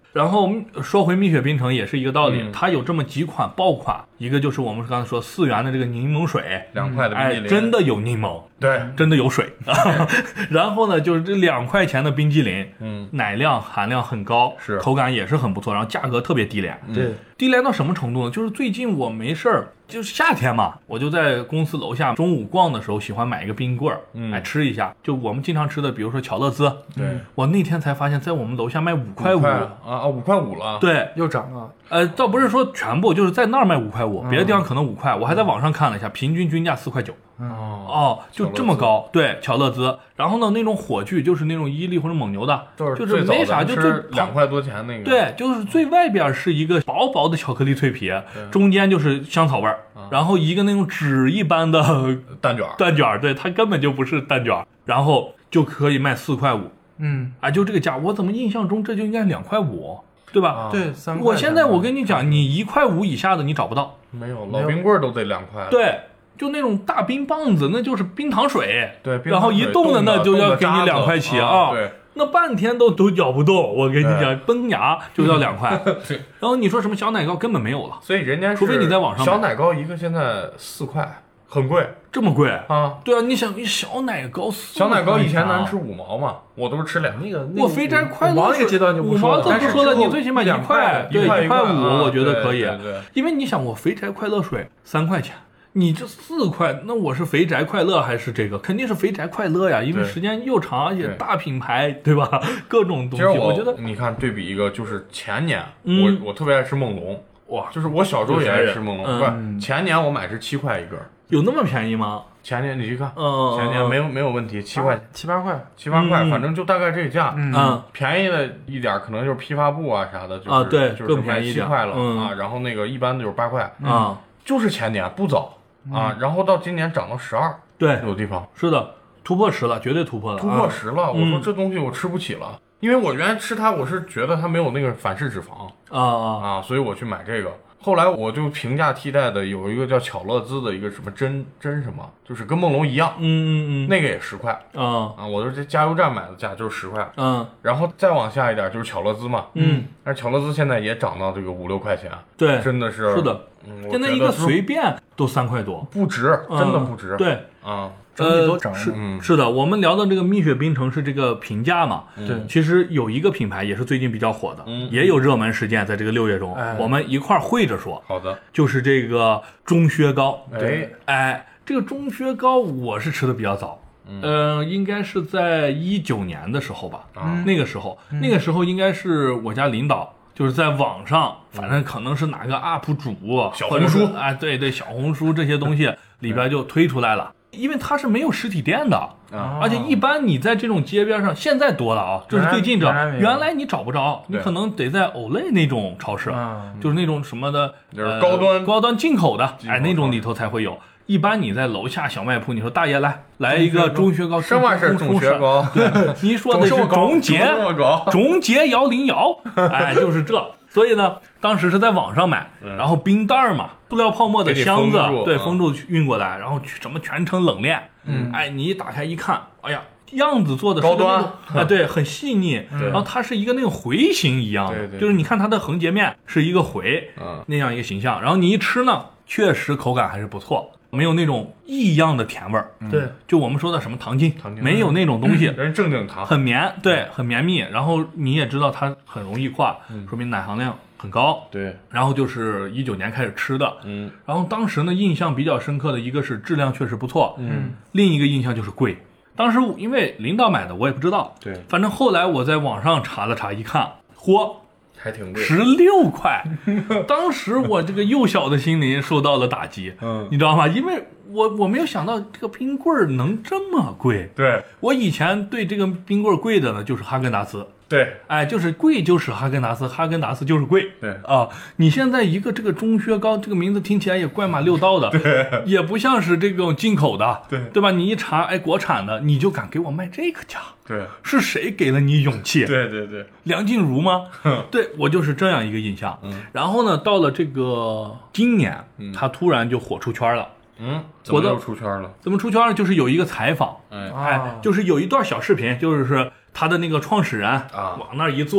然后说回蜜雪冰城也是一个道理， 嗯它有这么几款爆款，一个就是我们刚才说四元的这个柠檬水， 两块的冰淇哎， 淋， 真的有柠檬， 对， 真的有水。然后呢，就是这两块钱的冰激凌， 嗯， 奶量含量很高， 是口感也是很不错，然后价格特别低廉。 对， 低廉到什么程度呢？就是最近我没事儿，就是夏天嘛，我就在公司楼下中午逛的时候，喜欢买一个冰棍儿， 嗯哎，吃一下。就我们经常吃的，比如说巧乐兹， 对， 我那天才发现，在我们楼下卖五块五， 啊啊，五块五了， 对， 又涨了。 呃，倒不是说全部，就是在那儿卖五块五，别的地方可能五块，我还在网上看了一下，平均均价四块九。 哦， 哦，就这么高，对，巧乐兹。然后呢，那种火炬就是那种伊利或者蒙牛的， 就就是没啥，就就两块多钱那个， 对，就是最外边是一个薄薄的巧克力脆皮，中间就是香草味儿，然后一个那种纸一般的蛋卷， 蛋卷，对，它根本就不是蛋卷，然后就可以卖四块五， 嗯， 啊，就这个价，我怎么印象中这就应该两块五，对吧？ 啊对，三块。 我现在我跟你讲，你一块五以下的你找不到， 没有老冰棍都得两块， 对。就那种大冰棒子，那就是冰糖水， 对， 然后一冻的那就要给你两块起啊， 对， 那半天都都咬不动，我跟你讲，崩牙就要两块。 对， 然后你说什么小奶糕根本没有了， 所以人家除非你在网上买小奶糕一个现在四块，很贵这么贵啊？ 对啊，你想小奶糕四小奶糕以前咱咱吃五毛嘛，我都是吃两那个我肥宅快乐五毛那个阶段就五不说了， 毛都不说了，你最起码一两块，对， 一块五，我觉得可以， 对对， 因为你想我肥宅快乐水三块钱。你这四块，那我是肥宅快乐还是这个？肯定是肥宅快乐呀，因为时间又长，而且大品牌，对吧？各种东西， 我我觉得你看对比一个，就是前年， 嗯、 我我特别爱吃梦龙， 哇， 就是我小时候也爱吃梦龙， 嗯、 不是前年我买是七块一根， 有那么便宜吗？ 前年你去看， 嗯， 前年没有没有问题，七块七八块， 七八块， 嗯、 反正就大概这个价， 嗯， 便宜的一点可能就是批发布啊啥的，就是、 啊对， 就是更便宜七块了、 嗯、 啊，然后那个一般的就是八块啊、嗯， 就是前年不早。啊，然后到今年涨到十二， 对， 有地方是的，突破十了，绝对突破了， 突破十了。 啊、 我说这东西我吃不起了，嗯、因为我原来吃它，我是觉得它没有那个反式脂肪啊啊啊，所以我去买这个。后来我就平价替代的有一个叫巧乐兹的一个什么真真什么，就是跟梦龙一样， 嗯嗯嗯， 那个也十块啊啊，我是在加油站买的价就是十块， 嗯， 然后再往下一点就是巧乐兹嘛， 嗯， 但是巧乐兹现在也涨到这个五六块钱， 对， 真的是是的， 嗯、 现在一个随便都三块多， 不值，真的不值， 嗯、对啊。 整体都涨了， 是嗯， 是的，我们聊的这个蜜雪冰城是这个评价嘛， 对， 其实有一个品牌也是最近比较火的， 嗯， 也有热门事件在这个六月中， 哎、 我们一块儿汇着说。 好的， 就是这个钟薛高， 对， 哎，这个钟薛高我是吃的比较早，嗯、呃，应该是在一九年的时候吧， 嗯、 那个时候，嗯、那个时候应该是我家领导。就是在网上，反正可能是哪个 U P 主， 小红书， 哎，对对，小红书这些东西里边就推出来了，因为它是没有实体店的， 啊、 而且一般你在这种街边上，现在多了啊，这是最近这，原来你找不着，你可能得在欧莱那种超市，就是那种什么的， 就是高端、 呃、高端进口的，哎，那种里头才会有。一般你在楼下小卖铺，你说大爷来来一个钟薛高， 什么是钟薛高？ 对，你说的是钟杰，钟杰摇铃摇，哎，就是这。所以呢，当时是在网上买，然后冰袋嘛，塑料泡沫的箱子，对，封住运过来，然后什么全程冷链， 嗯， 哎，你一打开一看，哎呀，样子做的高端， 哎，对，很细腻，然后它是一个那个回形一样的，就是你看它的横截面是一个回， 嗯， 那样一个形象，然后你一吃呢，确实口感还是不错。没有那种异样的甜味儿， 对， 就我们说的什么糖精， 糖精没有那种东西， 人正经糖， 很绵，对，很绵密。然后你也知道它很容易化，说明奶含量很高。 对， 然后就是一九年开始吃的， 嗯， 然后当时呢印象比较深刻的一个是质量确实不错， 嗯， 另一个印象就是贵。当时因为领导买的，我也不知道， 对， 反正后来我在网上查了查，一看，嚯！ 还挺贵， 十六块，当时我这个幼小的心灵受到了打击， 嗯， 你知道吗？因为我我没有想到这个冰棍能这么贵。 对， 我以前对这个冰棍贵的呢，就是哈根达斯。 对， 哎，就是贵就是哈根达斯，哈根达斯就是贵。 对啊，你现在一个这个钟薛高，这个名字听起来也怪马六道的， 对， 也不像是这种进口的， 对， 对吧？你一查，哎，国产的，你就敢给我卖这个价？ 对， 是谁给了你勇气？ 对对对， 梁静茹吗？对，我就是这样一个印象。 嗯， 然后呢，到了这个今年， 嗯， 他突然就火出圈了。 嗯，怎么又出圈了？ 怎么出圈了？就是有一个采访， 哎哎，就是有一段小视频，就是他的那个创始人啊， 往那儿一坐，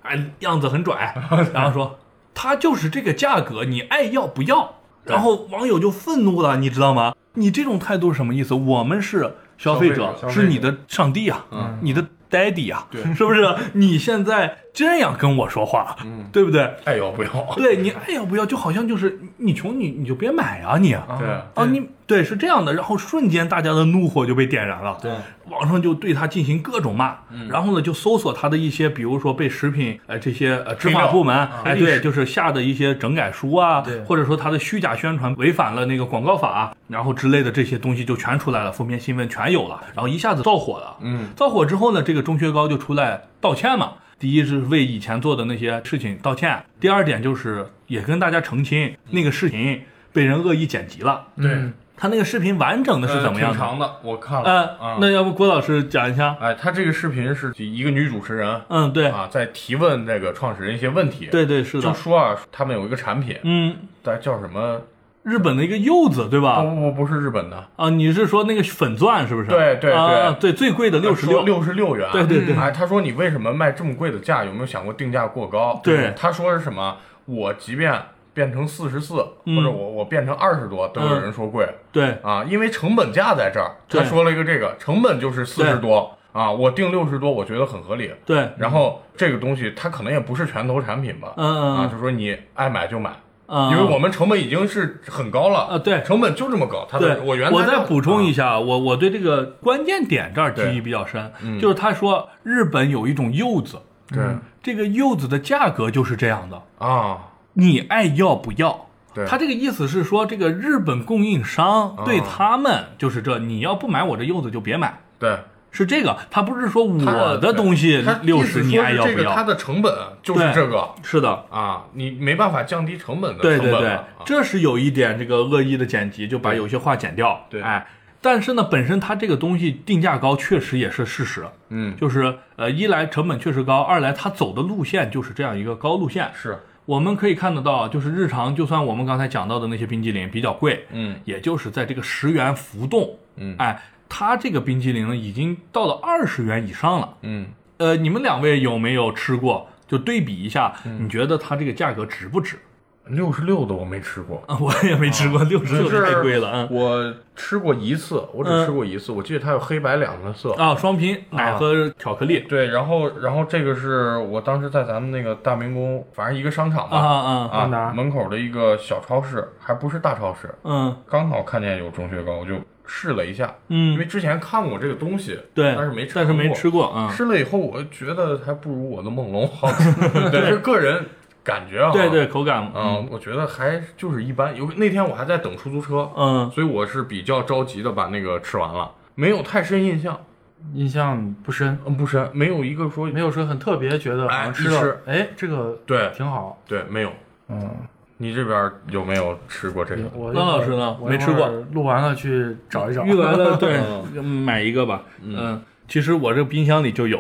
哎，样子很拽，然后说它就是这个价格，你爱要不要？然后网友就愤怒了，你知道吗？你这种态度是什么意思？我们是消费者， 消费者是你的上帝啊，嗯、你的 daddy 啊，是不是？你现在这样跟我说话，嗯、对不对？ 爱要不要？ 对你爱要不要，就好像就是你穷你你就别买啊你啊， 对啊你对是这样的，然后瞬间大家的怒火就被点燃了， 对， 网上就对他进行各种骂，嗯、然后呢就搜索他的一些，比如说被食品呃这些呃执法部门哎对，就是下的一些整改书啊，或者说他的虚假宣传违反了那个广告法，然后之类的这些东西就全出来了，负面新闻全有了，然后一下子造火了，嗯，造火之后呢，这个钟薛高就出来道歉嘛。第一是为以前做的那些事情道歉，第二点就是也跟大家澄清，那个视频被人恶意剪辑了。 对， 他那个视频完整的是怎么样的？ 呃、挺长的，我看了。 呃，嗯、那要不郭老师讲一下？ 哎，他这个视频是一个女主持人， 嗯，对啊，在提问这个创始人一些问题。 对对是的， 就说啊，他们有一个产品， 嗯， 但叫什么？ 日本的一个柚子，对吧？ 不不不，不是日本的啊！你是说那个粉钻是不是？ 对对对、 啊、对，最贵的六十六， 六十六元。 对对对。 哎，他说你为什么卖这么贵的价？有没有想过定价过高？ 对， 他说是什么？我即便变成四十四，或者我我变成二十多，都有人说贵。 嗯、对啊，因为成本价在这儿。他说了一个这个成本就是四十多啊，我定六十多，我觉得很合理。 对。 然后这个东西它可能也不是拳头产品吧？ 嗯嗯。 啊，就说你爱买就买。 啊、 嗯，因为我们成本已经是很高了啊，对， 成本就这么高。它的我原我再补充一下， 啊、 我我对这个关键点这儿记忆比较深， 嗯、 就是他说日本有一种柚子， 对、嗯， 这个柚子的价格就是这样的啊， 你爱要不要？ 对， 他这个意思是说，这个日本供应商对他们就是这，你要不买我这柚子就别买， 对。 是这个，他不是说我的东西六十你爱要不要？ 它的成本就是这个， 是的啊，你没办法降低成本的成本。对对对， 啊、 这是有一点这个恶意的剪辑，就把有些话剪掉。 对， 哎，但是呢，本身它这个东西定价高，确实也是事实。 嗯， 就是呃，一来成本确实高，二来它走的路线就是这样一个高路线。 是， 我们可以看得到，就是日常，就算我们刚才讲到的那些冰激凌比较贵， 嗯， 也就是在这个十元浮动。 嗯， 哎。它这个冰淇淋呢，已经到了二十元以上了。 嗯， 呃，你们两位有没有吃过？就对比一下， 嗯、 你觉得它这个价格值不值？ 六十六的我没吃过， 啊、我也没吃过，六十六太贵了。嗯， 我吃过一次，我只吃过一次。嗯、我记得它有黑白两个色啊，双拼奶和巧克力。 啊、对，然后然后这个是我当时在咱们那个大明宫，反正一个商场吧， 啊啊啊，门口的一个小超市，还不是大超市。 嗯， 刚好看见有钟薛高，我就试了一下。 嗯， 因为之前看过这个东西， 对， 但是没吃， 但是没吃过啊。 嗯、吃了以后，我觉得还不如我的梦龙好吃。对，是个人。感觉啊， 对对，口感， 嗯，我觉得还就是一般。有那天我还在等出租车， 嗯， 所以我是比较着急的把那个吃完了，没有太深印象， 印象不深， 嗯，不深，没有一个说没有说很特别觉得哎吃了，哎，这个对挺好， 对，没有， 嗯， 你这边有没有吃过这个？ 我那老师呢？没吃过， 录完了去找一找， 录完了对，买一个吧，嗯。其实我这个冰箱里就有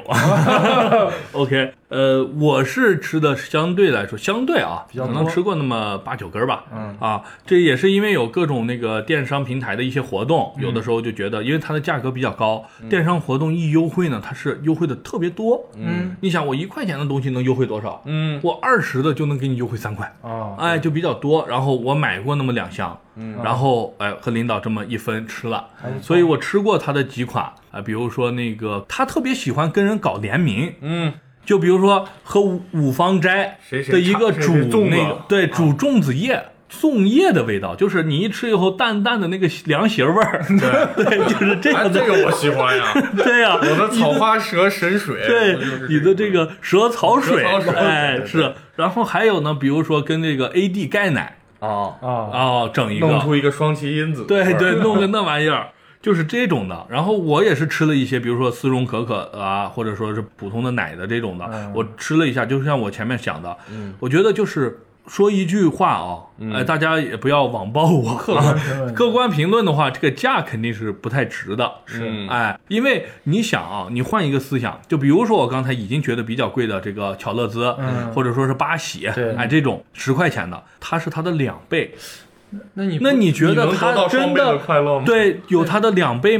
，OK， 呃，我是吃的相对来说相对啊， 比较可能吃过那么八九根吧， 嗯啊，这也是因为有各种那个电商平台的一些活动，有的时候就觉得，因为它的价格比较高， 嗯、 电商活动一优惠呢，它是优惠的特别多， 嗯， 你想我一块钱的东西能优惠多少？ 嗯， 我二十的就能给你优惠三块， 啊， 哎，就比较多，然后我买过那么两箱。 嗯， 然后哎和领导这么一分吃了，所以我吃过他的几款啊，比如说那个他特别喜欢跟人搞联名， 嗯， 就比如说和五五芳斋的一个煮那个对煮粽子叶。粽叶的味道，就是你一吃以后淡淡的那个凉鞋味儿，对对，就是这样的。 哎、这个我喜欢呀， 对呀， 我的草花蛇神水， 对，你的这个蛇草水， 蛇草水哎是。然后还有呢，比如说跟这个 A D 钙奶。 哦哦哦，整一个弄出一个双歧因子， 对对，弄个那玩意儿，就是这种的。然后我也是吃了一些，比如说丝绒可可啊，或者说是普通的奶的这种的， 嗯、 我吃了一下，就像我前面讲的， 嗯， 我觉得就是说一句话啊， 嗯、 哎，大家也不要网暴我，客观评论，客观评论的话，这个价肯定是不太值的， 是， 哎，因为你想啊，你换一个思想，就比如说我刚才已经觉得比较贵的这个巧乐兹， 嗯， 或者说是八喜，哎，这种十块钱的，它是它的两倍。 那你那你觉得它真的快乐吗？ 对有它的两倍吗？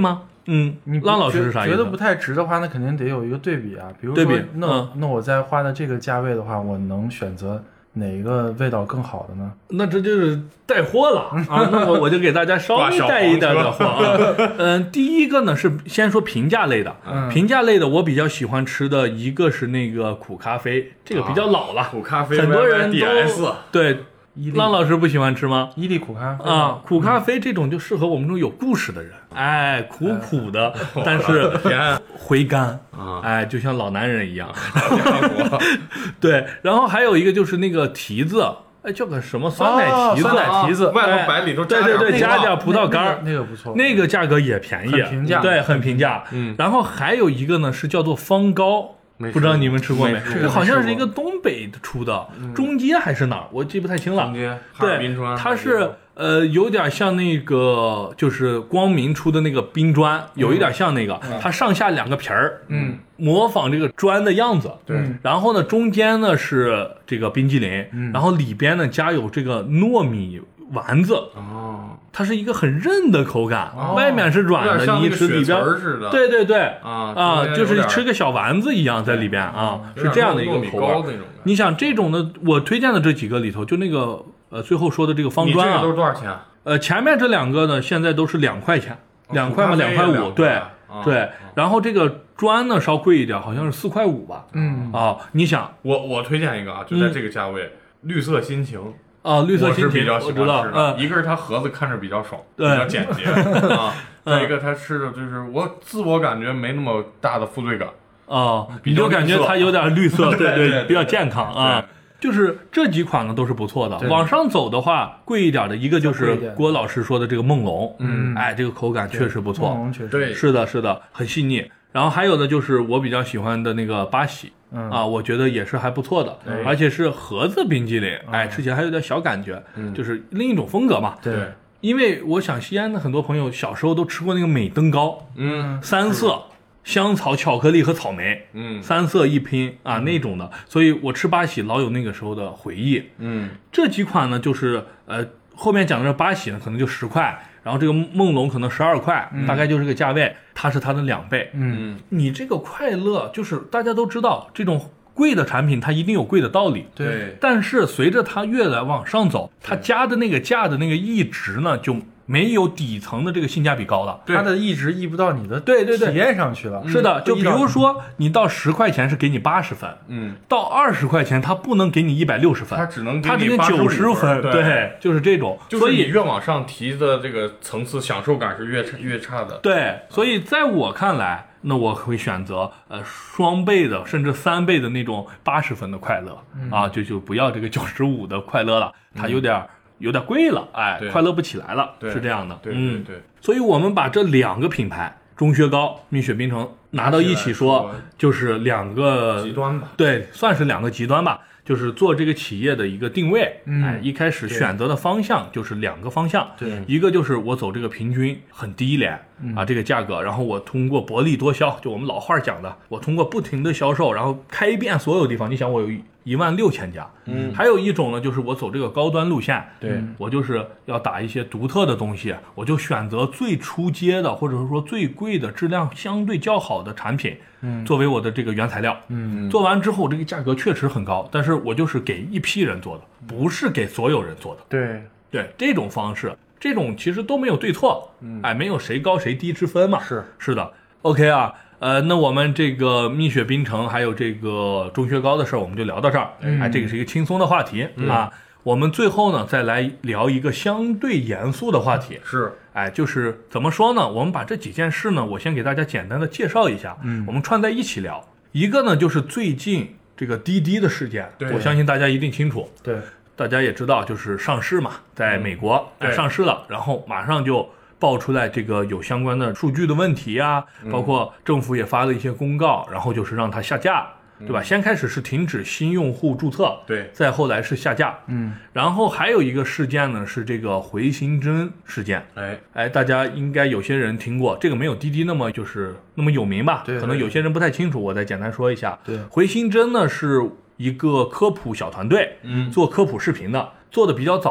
嗯， 你浪老师是啥意思？ 觉得不太值的话，那肯定得有一个对比啊。比如说， 对比那、 嗯、 那我在花的这个价位的话，我能选择哪个味道更好的呢？ 那这就是带货了啊！那我我就给大家稍微带一点的货啊。嗯，第一个呢是先说平价类的， 嗯、 平价类的我比较喜欢吃的一个是那个苦咖啡，这个比较老了，啊、 苦咖啡很多人都 D S 对。浪老师不喜欢吃吗？ 伊利苦咖啡啊，苦咖啡这种就适合我们这种有故事的人，哎，苦苦的， 哎、 但是回甘啊，哎，就像老男人一样。对，然后还有一个就是那个提子，哎，叫个什么酸奶提子， 哦、酸奶提子， 外头白里头加点对对对，加点葡萄干， 那个不错， 那个价格也便宜， 很平价， 对，很平价。 嗯， 然后还有一个呢是叫做方糕。不知道你们吃过没？ 这个好像是一个东北出的，嗯、中街还是哪儿，我记不太清了。 中街，哈尔滨砖。 它是呃有点像那个，就是光明出的那个冰砖，嗯、有一点像那个，嗯、它上下两个皮儿， 嗯， 模仿这个砖的样子。 对。 然后呢，中间呢是这个冰激凌， 嗯、 然后里边呢加有这个糯米丸子。 哦。 它是一个很韧的口感， 哦、 外面是软的，你一吃里边似的。 对对对， 啊啊，就是吃个小丸子一样在里边啊，是这样的一个口味。你想这种的，我推荐的这几个里头，就那个呃最后说的这个方砖啊， 你这个都是多少钱？ 呃，前面这两个呢，现在都是两块钱，两块嘛，两块五，对对。然后这个砖呢稍贵一点，好像是四块五吧。 嗯啊，你想， 我我推荐一个啊，就在这个价位，绿色心情。 啊，绿色心情比较喜欢吃的， 嗯， 一个是它盒子看着比较爽，比对较简洁啊，再一个它吃的就是我自我感觉没那么大的负罪感啊，你就感觉它有点绿色，对对， 比较健康啊。就是这几款呢都是不错的，往上走的话贵一点的一个就是郭老师说的这个梦龙， 嗯， 哎，这个口感确实不错， 梦龙确实对， 是的，是的，很细腻。然后还有的就是我比较喜欢的那个八喜， 嗯啊，我觉得也是还不错的，而且是盒子冰激凌，哎，吃起来还有点小感觉，就是另一种风格嘛。 对， 因为我想西安的很多朋友小时候都吃过那个美登糕， 嗯， 三色香草、巧克力和草莓， 嗯， 三色一拼啊那种的，所以我吃八喜老有那个时候的回忆。 嗯， 这几款呢，就是呃后面讲的这八喜呢，可能就十块。然后这个梦龙可能十二块， 嗯、 大概就是个价位，它是它的两倍。 嗯， 你这个快乐就是大家都知道，这种贵的产品它一定有贵的道理。 对。 但是随着它越来往上走，它加的那个价的那个驿值呢，就没有底层的这个性价比高了。 它的驿值溢不到你的对对对体验上去了。 是的，就比如说你到十块钱是给你八十分， 嗯， 到二十块钱它不能给你一百六十分， 它只能它只给九十分。对，就是这种。 所以越往上提的这个层次，享受感是越差越差的。 对，所以在我看来，那我会选择呃双倍的甚至三倍的那种八十分的快乐、 嗯、 啊，就就不要这个九十五的快乐了，它有点。嗯有点贵了，哎，快乐不起来了，是这样的。 对对对、 嗯，所以我们把这两个品牌钟薛高、蜜雪冰城拿到一起说，就是两个极端吧， 对，算是两个极端吧。就是做这个企业的一个定位， 嗯、 哎，一开始选择的方向就是两个方向， 对， 一个就是我走这个平均很低廉、 嗯、 啊这个价格，然后我通过薄利多销，就我们老话讲的，我通过不停的销售，然后开遍所有地方。你想我有一万六千家， 嗯， 还有一种呢，就是我走这个高端路线， 对我就是要打一些独特的东西，我就选择最出街的，或者是说最贵的、质量相对较好的产品。 嗯， 作为我的这个原材料， 嗯， 做完之后这个价格确实很高，但是我就是给一批人做的，不是给所有人做的。 对对，这种方式，这种其实都没有对错， 嗯， 哎，没有谁高谁低之分嘛。 是是的 ，OK 啊，呃，那我们这个蜜雪冰城还有这个钟薛高的事儿，我们就聊到这儿。 嗯、 哎，这个是一个轻松的话题、嗯、啊。我们最后呢，再来聊一个相对严肃的话题。 是， 哎，就是怎么说呢？我们把这几件事呢，我先给大家简单的介绍一下， 嗯， 我们串在一起聊。一个呢，就是最近这个滴滴的事件， 对， 我相信大家一定清楚。 对， 大家也知道，就是上市嘛，在美国、 嗯、 上市了，然后马上就爆出来这个有相关的数据的问题啊， 嗯、 包括政府也发了一些公告，然后就是让它下架。对吧？先开始是停止新用户注册， 对， 再后来是下架， 嗯， 然后还有一个事件呢，是这个回形针事件， 哎哎，大家应该有些人听过，这个没有滴滴那么就是那么有名吧？ 对， 可能有些人不太清楚，我再简单说一下。 对， 回形针呢是一个科普小团队， 嗯， 做科普视频的，做的比较早了。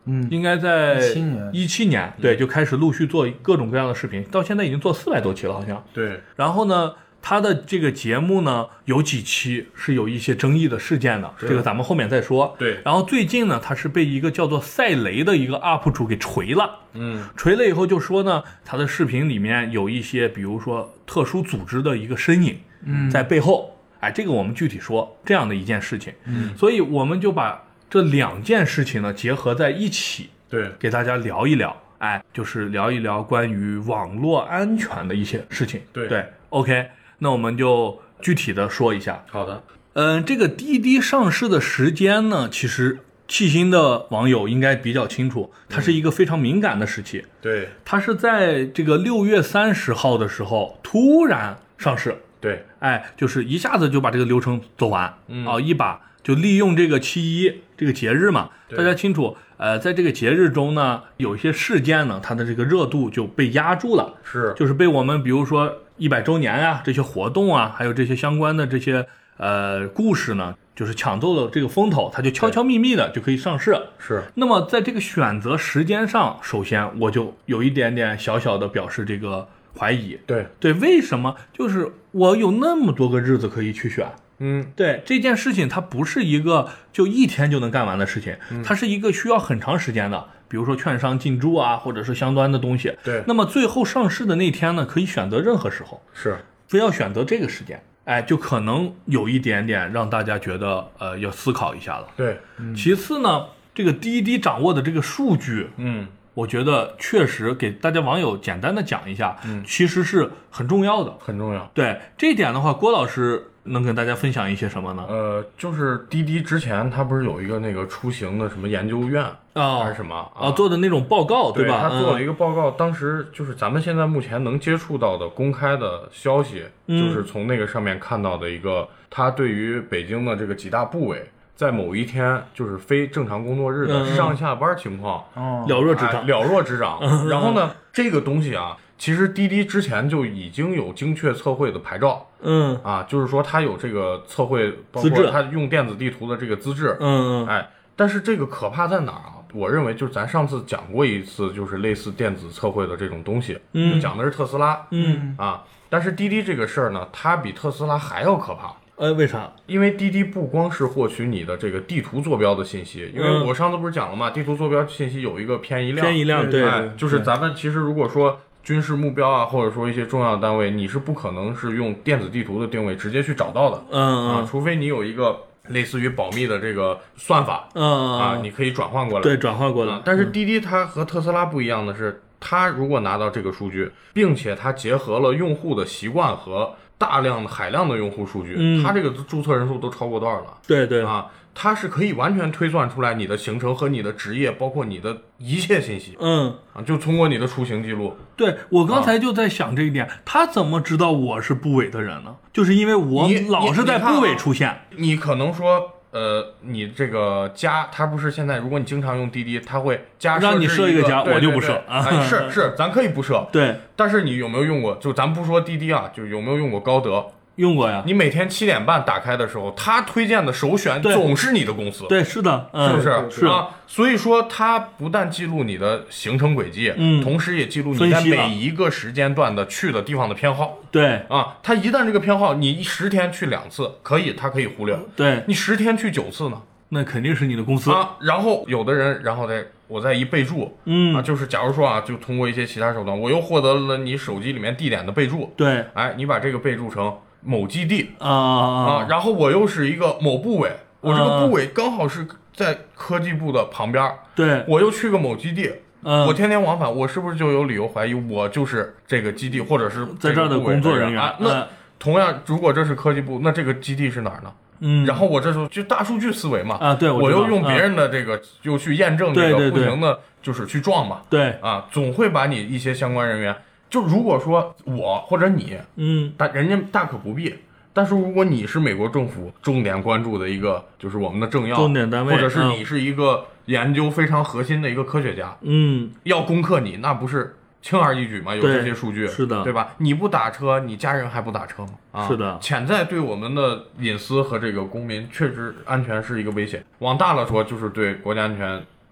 嗯， 应该在一七年一七年，对，就开始陆续做各种各样的视频，到现在已经做四百多期了，好像。 对， 然后呢，他的这个节目呢，有几期是有一些争议的事件的，这个咱们后面再说。 对。 然后最近呢，他是被一个叫做赛雷的一个 U P 主给锤了。 嗯， 锤了以后就说呢，他的视频里面有一些，比如说特殊组织的一个身影， 嗯， 在背后。哎，这个我们具体说这样的一件事情。 嗯， 所以我们就把这两件事情呢结合在一起， 对， 给大家聊一聊。哎，就是聊一聊关于网络安全的一些事情。 对对 ，OK， 那我们就具体的说一下。 好的。 嗯，这个滴滴上市的时间呢，其实细心的网友应该比较清楚，它是一个非常敏感的时期。 对， 它是在这个六月三十号的时候突然上市。 对， 哎，就是一下子就把这个流程走完。 嗯啊，一把就利用这个七一这个节日嘛，大家清楚。呃，在这个节日中呢，有一些事件呢，它的这个热度就被压住了， 是， 就是被我们比如说一百周年啊这些活动啊，还有这些相关的这些呃故事呢，就是抢走了这个风头，它就悄悄咪咪的就可以上市。 是。 那么在这个选择时间上，首先我就有一点点小小的表示这个怀疑。 对对，为什么？就是我有那么多个日子可以去选。 嗯， 对，这件事情它不是一个就一天就能干完的事情， 嗯、 它是一个需要很长时间的，比如说券商进驻啊，或者是相关的东西。 对， 那么最后上市的那天呢，可以选择任何时候， 是， 非要选择这个时间，哎，就可能有一点点让大家觉得呃要思考一下了。 对， 嗯、其次呢，这个滴滴掌握的这个数据， 嗯。 我觉得确实给大家网友简单的讲一下， 嗯， 其实是很重要的， 很重要。 对这一点的话，郭老师能跟大家分享一些什么呢？ 呃，就是滴滴之前他不是有一个那个出行的什么研究院啊， 还是什么啊做的那种报告， 对吧？ 他做了一个报告，嗯、当时就是咱们现在目前能接触到的公开的消息， 嗯、 就是从那个上面看到的一个，他对于北京的这个几大部委。在某一天，就是非正常工作日的上下班情况， 嗯、了若指掌， 哎，了若指掌。然后呢，这个东西啊，其实滴滴之前就已经有精确测绘的牌照， 嗯， 啊，就是说它有这个测绘，包括它用电子地图的这个资质， 嗯， 哎，但是这个可怕在哪儿啊？我认为就是咱上次讲过一次，就是类似电子测绘的这种东西， 嗯， 讲的是特斯拉， 嗯， 啊，但是滴滴这个事儿呢，它比特斯拉还要可怕。 呃，为啥？ 因为滴滴不光是获取你的这个地图坐标的信息，因为我上次不是讲了嘛，地图坐标信息有一个偏移量， 偏移量，对， 哎，就是咱们其实如果说军事目标啊，或者说一些重要单位，你是不可能是用电子地图的定位直接去找到的， 嗯啊，除非你有一个类似于保密的这个算法， 嗯啊，你可以转换过来， 对，转换过来。 啊、但是滴滴它和特斯拉不一样的是，它如果拿到这个数据，并且它结合了用户的习惯和大量的海量的用户数据， 嗯， 它这个注册人数都超过多少了？ 对对啊，它是可以完全推算出来你的行程和你的职业，包括你的一切信息。 嗯啊，就通过你的出行记录。 对，我刚才就在想这一点，啊、他怎么知道我是部委的人呢？就是因为我老是在部委出现。 你, 你, 你可能说。呃，你这个加，它不是现在，如果你经常用滴滴，它会加让你设一个加， 对对对我就不设。 哎，是是，咱可以不设。 对， 但是你有没有用过？就咱不说滴滴啊，就有没有用过高德？ 用过呀。 你每天七点半打开的时候，它推荐的首选总是你的公司。 对，是的，嗯、 是不是？ 是啊。所以说，它不但记录你的行程轨迹， 嗯， 同时也记录你在每一个时间段的去的地方的偏好。 对啊，它一旦这个偏好，你十天去两次可以，它可以忽略。 对， 你十天去九次呢？ 那肯定是你的公司啊，然后有的人，然后再我再一备注， 嗯啊，就是假如说啊，就通过一些其他手段，我又获得了你手机里面地点的备注， 对， 哎，你把这个备注成某基地啊啊， 然后我又是一个某部委，我这个部委刚好是在科技部的旁边， 对， 我又去个某基地， 嗯， 我天天往返，我是不是就有理由怀疑我就是这个基地或者是在这儿的工作人员啊？那同样，如果这是科技部，那这个基地是哪儿呢？ 嗯， 然后我这时候就大数据思维嘛， 啊，对， 我, 我又用别人的这个，嗯、又去验证这个，不停的就是去撞嘛， 对啊，总会把你一些相关人员，就如果说我或者你， 嗯， 但人家大可不必，但是如果你是美国政府重点关注的一个，就是我们的政要重点单位， 或者是你是一个研究非常核心的一个科学家， 嗯， 要攻克你，那不是轻而易举嘛？有这些数据， 是的， 对吧？你不打车，你家人还不打车吗？啊， 是的， 潜在对我们的隐私和这个公民确实安全是一个威胁。往大了说，就是对国家安全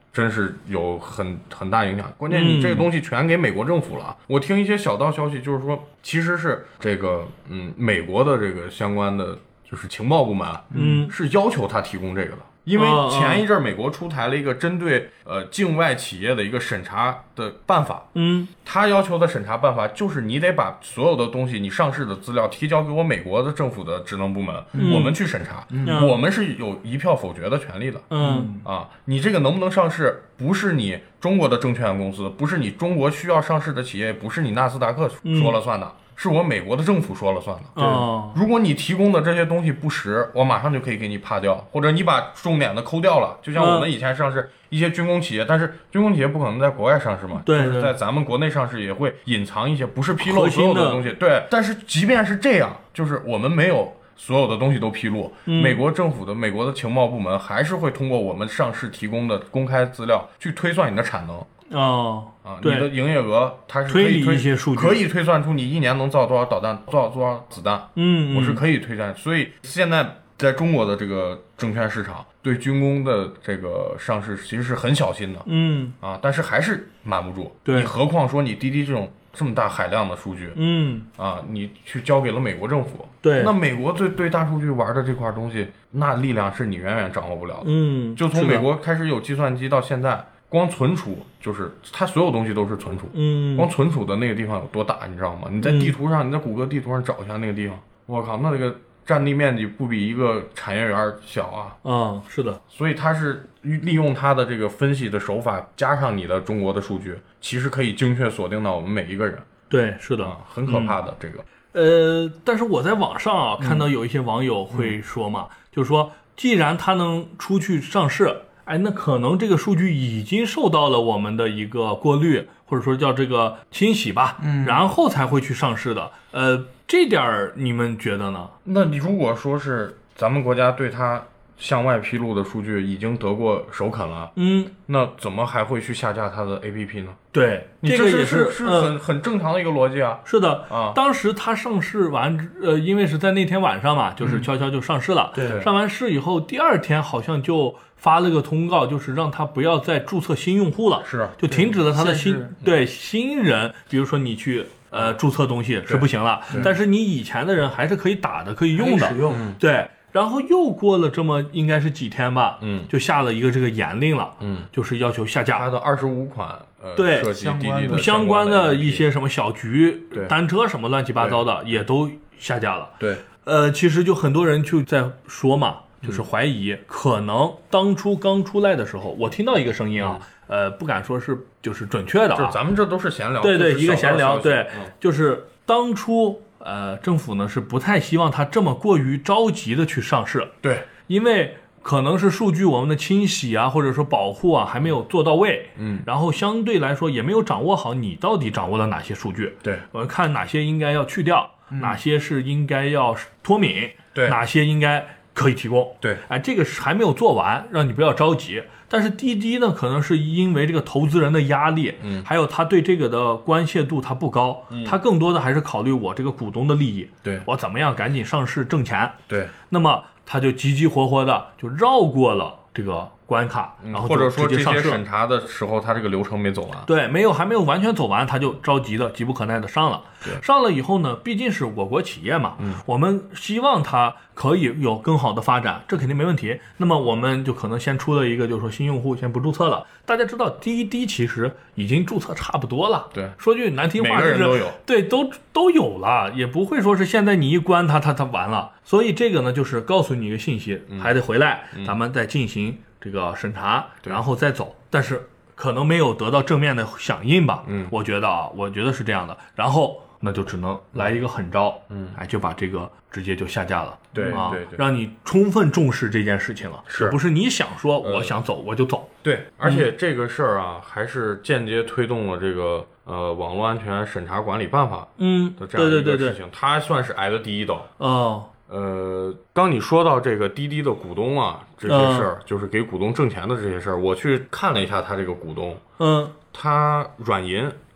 真是有很很大影响。关键你这个东西全给美国政府了。嗯、我听一些小道消息，就是说其实是这个嗯美国的这个相关的就是情报部门， 嗯， 是要求他提供这个的。因为前一阵美国出台了一个针对呃境外企业的一个审查的办法， 嗯， 他要求的审查办法就是你得把所有的东西，你上市的资料提交给我美国的政府的职能部门， 嗯、 我们去审查， 嗯、 我们是有一票否决的权利的， 嗯啊，你这个能不能上市，不是你中国的证券公司，不是你中国需要上市的企业，不是你纳斯达克说了算的。嗯，是我美国的政府说了算的。 哦， 如果你提供的这些东西不实，我马上就可以给你帕掉，或者你把重点的抠掉了。就像我们以前上市一些军工企业，嗯、但是军工企业不可能在国外上市嘛， 对， 就是在咱们国内上市也会隐藏一些不是披露所有的东西。对，但是即便是这样，就是我们没有所有的东西都披露， 嗯、 美国政府的美国的情报部门还是会通过我们上市提供的公开资料去推算你的产能。 哦， 啊，你的营业额它是可以推理一些数据， 可以推算出你一年能造多少导弹，造多少子弹。 嗯， 我是可以推算。所以现在在中国的这个证券市场对军工的这个上市其实是很小心的。 嗯， 啊，但是还是瞒不住。 对， 你何况说你滴滴这种这么大海量的数据， 嗯， 啊，你去交给了美国政府。 对， 那美国对对大数据玩的这块东西，那力量是你远远掌握不了的。 嗯， 就从美国开始有计算机到现在。光存储就是它所有东西都是存储， 嗯， 光存储的那个地方有多大，你知道吗？你在地图上，嗯、你在谷歌地图上找一下那个地方，我靠，那这个占地面积不比一个产业园小啊！ 啊，是的， 所以它是利用它的这个分析的手法，加上你的中国的数据，其实可以精确锁定到我们每一个人。 对，是的， 啊、很可怕的、嗯、这个。 呃，但是我在网上啊看到有一些网友会说嘛，嗯、就是说，既然它能出去上市。哎，那可能这个数据已经受到了我们的一个过滤，或者说叫这个清洗吧， 嗯， 然后才会去上市的。呃，这点儿你们觉得呢？ 那你如果说是咱们国家对它向外披露的数据已经得过首肯了， 嗯， 那怎么还会去下架它的 A P P 呢？ 对， 你这个也是是很、 嗯、 很正常的一个逻辑啊。 是的啊， 当时它上市完，呃，因为是在那天晚上嘛，就是悄悄就上市了。 嗯、对， 上完市以后，第二天好像就发了个通告，就是让他不要再注册新用户了， 是， 就停止了他的新对, 对新人，比如说你去呃注册东西是不行了，但是你以前的人还是可以打的，可以用的， 使用， 对。然后又过了这么应该是几天吧， 嗯， 就下了一个这个严令了， 嗯， 就是要求下架它的二十五款呃对涉及滴滴的相关的一些什么小局、 对单车什么乱七八糟的也都下架了。 对， 呃，其实就很多人就在说嘛，就是怀疑、嗯、可能当初刚出来的时候，我听到一个声音啊，嗯、呃，不敢说是就是准确的啊， 就是咱们这都是闲聊， 对对，一个闲聊，对， 嗯、 就是当初。呃，政府呢是不太希望它这么过于着急的去上市， 对， 因为可能是数据我们的清洗啊，或者说保护啊还没有做到位， 嗯， 然后相对来说也没有掌握好你到底掌握了哪些数据， 对， 我看哪些应该要去掉， 嗯、 哪些是应该要脱敏， 对， 哪些应该可以提供， 对， 哎，这个还没有做完，让你不要着急。但是滴滴呢，可能是因为这个投资人的压力， 嗯， 还有他对这个的关切度他不高， 嗯， 他更多的还是考虑我这个股东的利益， 对， 我怎么样赶紧上市挣钱， 对， 那么他就急急活活的就绕过了这个关卡， 嗯、 然后或者说这些审查的时候，他这个流程没走完， 对，没有还没有完全走完，他就着急的急不可耐的上了，上了以后呢，毕竟是我国企业嘛， 嗯， 我们希望它可以有更好的发展，这肯定没问题。那么我们就可能先出了一个，就是说新用户先不注册了。大家知道滴滴其实已经注册差不多了， 对， 说句难听话， 每个人都有， 对，都都有了，也不会说是现在你一关它它它完了。所以这个呢，就是告诉你一个信息， 嗯、 还得回来， 嗯、 咱们再进行这个审查，然后再走。但是可能没有得到正面的响应吧， 嗯， 我觉得啊，我觉得是这样的。然后那就只能来一个狠招， 嗯， 哎，就把这个直接就下架了， 对啊， 对对， 让你充分重视这件事情了， 是不是你想说我想走我就走？ 对，而且这个事儿啊，还是间接推动了这个呃网络安全审查管理办法， 嗯的这样一个对对对事情，它算是挨的第一刀。 哦， 呃，刚你说到这个滴滴的股东啊，这些事儿， 嗯、 就是给股东挣钱的这些事儿，我去看了一下他这个股东， 嗯， 他软银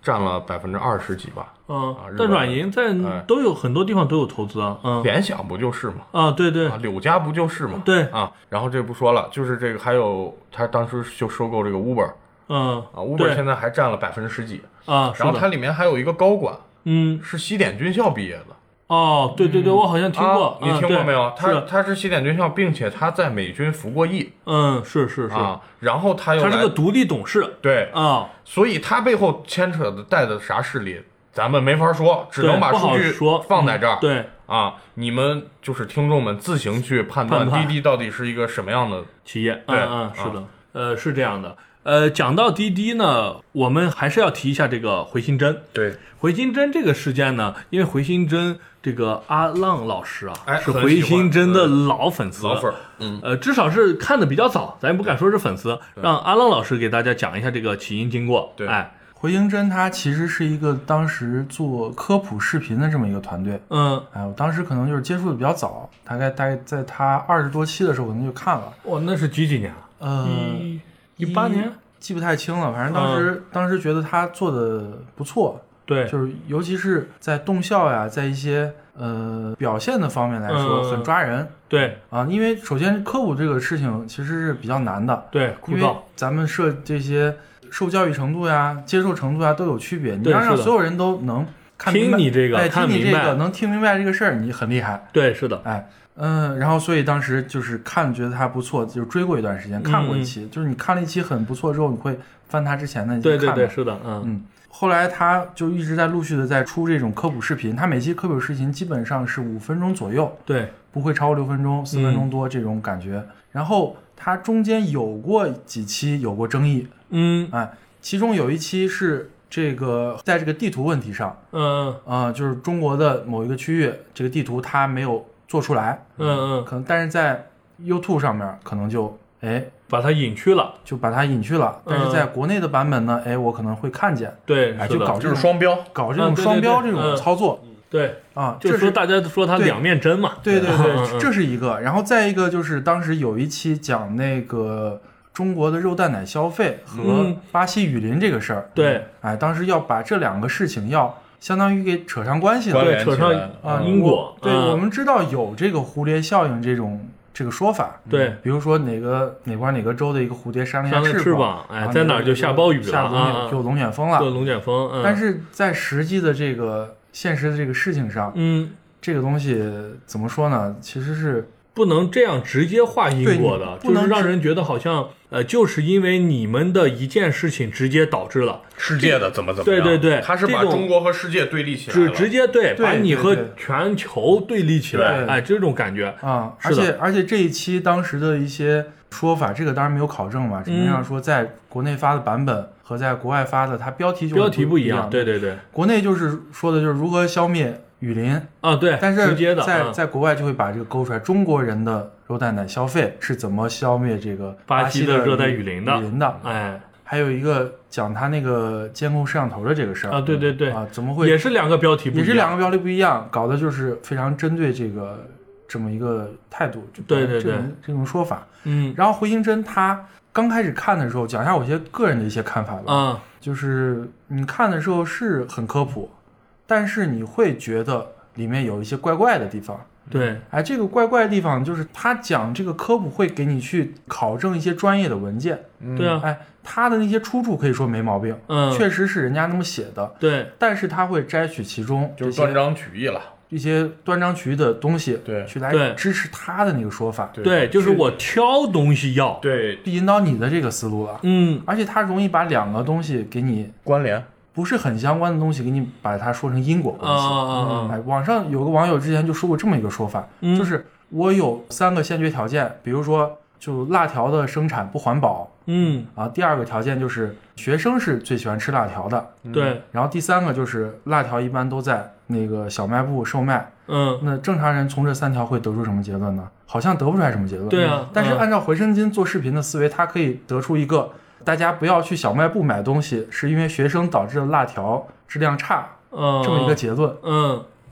占了百分之二十几吧。 嗯， 啊但软银在哎都有很多地方都有投资啊。嗯， 联想不就是吗？ 啊，对对啊，柳家不就是吗？ 对啊，然后这不说了，就是这个还有他当时就收购这个 Uber 嗯啊，Uber 对现在还占了百分之十几啊， 然后是的它里面还有一个高管嗯是西点军校毕业的。 哦，对对对，我好像听过， 啊、你听过没有？他是他是西点军校，并且他在美军服过役。 嗯，是是是啊，然后他又他是来个独立董事对啊， 所以他背后牵扯的带的啥势力，咱们没法说，只能把对不好数据说放在这儿。 嗯对啊，你们就是听众们自行去判断判断滴滴到底是一个什么样的。 企业， 对嗯嗯，是的，呃，是这样的。呃，讲到滴滴呢，我们还是要提一下这个回心针。 对， 回心针这个事件呢，因为回心针这个阿浪老师啊， 哎是回心针的老粉丝， 老粉儿，嗯， 呃，至少是看的比较早，咱也不敢说是粉丝。让阿浪老师给大家讲一下这个起因经过。 对， 哎， 回形针它其实是一个当时做科普视频的这么一个团队。 嗯， 哎，我当时可能就是接触的比较早，大概大概在他二十多期的时候，可能就看了。 哇，那是几几年啊？ 呃， 一一八年， 记不太清了，反正当时、嗯、当时觉得他做的不错。 对， 就是尤其是在动效呀，在一些呃表现的方面来说， 嗯、 很抓人。 对啊，因为首先科普这个事情其实是比较难的， 对，枯因为咱们设这些受教育程度呀、接受程度呀都有区别。你要让所有人都能看明白， 听你这个， 哎，听你这个， 能听明白这个事儿，你很厉害。 对，是的， 哎。嗯，然后所以当时就是看觉得他不错，就追过一段时间，看过一期。 嗯、 就是你看了一期很不错之后，你会翻他之前的，你对对对，是的，嗯嗯。后来他就一直在陆续的在出这种科普视频，他每期科普视频基本上是五分钟左右， 对， 不会超过六分钟，四分钟多这种感觉。嗯、然后他中间有过几期有过争议， 嗯， 哎，其中有一期是这个在这个地图问题上， 嗯啊、呃，就是中国的某一个区域，这个地图它没有做出来， 嗯嗯， 可能但是在 YouTube 上面可能就哎把它隐去了， 就把它隐去了。但是在国内的版本呢，哎，我可能会看见， 对， 哎，就搞这种双标， 搞这种双标这种操作， 对啊， 就说大家说它两面针嘛， 对对对，这是一个。然后再一个就是当时有一期讲那个中国的肉蛋奶消费和巴西雨林这个事儿， 对， 哎，当时要把这两个事情要相当于给扯上关系了， 对，扯上啊因果。 对，我们知道有这个蝴蝶效应这种。这个说法， 对， 比如说哪个哪块哪个州的一个蝴蝶扇了一下翅膀，哎，在哪儿就下暴雨了， 下龙就龙卷风了， 就龙卷风。嗯、 但是在实际的这个现实的这个事情上， 嗯， 这个东西怎么说呢？其实是不能这样直接画因果的，就是让人觉得好像呃，就是因为你们的一件事情直接导致了世界的怎么怎么样。 对对对， 他是把中国和世界对立起来了，只直接对， 对把你和全球对立起来，哎，这种感觉啊。而且而且这一期当时的一些说法，这个当然没有考证嘛，只能上说在国内发的版本和在国外发的，它标题就标题不一样。对对对， 国内就是说的就是如何消灭雨林啊，对， 但是直接的在、 啊、 在国外就会把这个勾出来，中国人的肉蛋奶消费是怎么消灭这个巴西的热带雨林的？ 雨林的， 哎， 还有一个讲他那个监控摄像头的这个事儿啊，对对对啊，怎么会也是两个标题不一样， 也是两个标题不一样，搞的就是非常针对这个这么一个态度，就对对对， 这种这种说法， 嗯， 然后回形针他刚开始看的时候，讲一下我一些个人的一些看法吧， 啊， 就是你看的时候是很科普，但是你会觉得里面有一些怪怪的地方。 对， 哎，这个怪怪的地方就是他讲这个科普会给你去考证一些专业的文件， 对啊， 哎，他的那些出处可以说没毛病， 嗯， 确实是人家那么写的， 对， 但是他会摘取其中就是断章取义了， 一些断章取义的东西， 对， 去来支持他的那个说法， 对，对就是我挑东西要， 对， 引导你的这个思路了， 嗯， 而且他容易把两个东西给你关联。 不是很相关的东西，给你把它说成因果关系。 啊啊啊！哎，网上有个网友之前就说过这么一个说法， 嗯、 就是我有三个先决条件，比如说就辣条的生产不环保， 嗯啊，第二个条件就是学生是最喜欢吃辣条的， 对、 嗯，然后第三个就是辣条一般都在那个小卖部售卖， 嗯， 那正常人从这三条会得出什么结论呢？好像得不出来什么结论。 对啊， 但是按照回声金做视频的思维，他可以得出一个。大家不要去小卖部买东西，是因为学生导致的辣条质量差， 嗯， 这么一个结论。 嗯，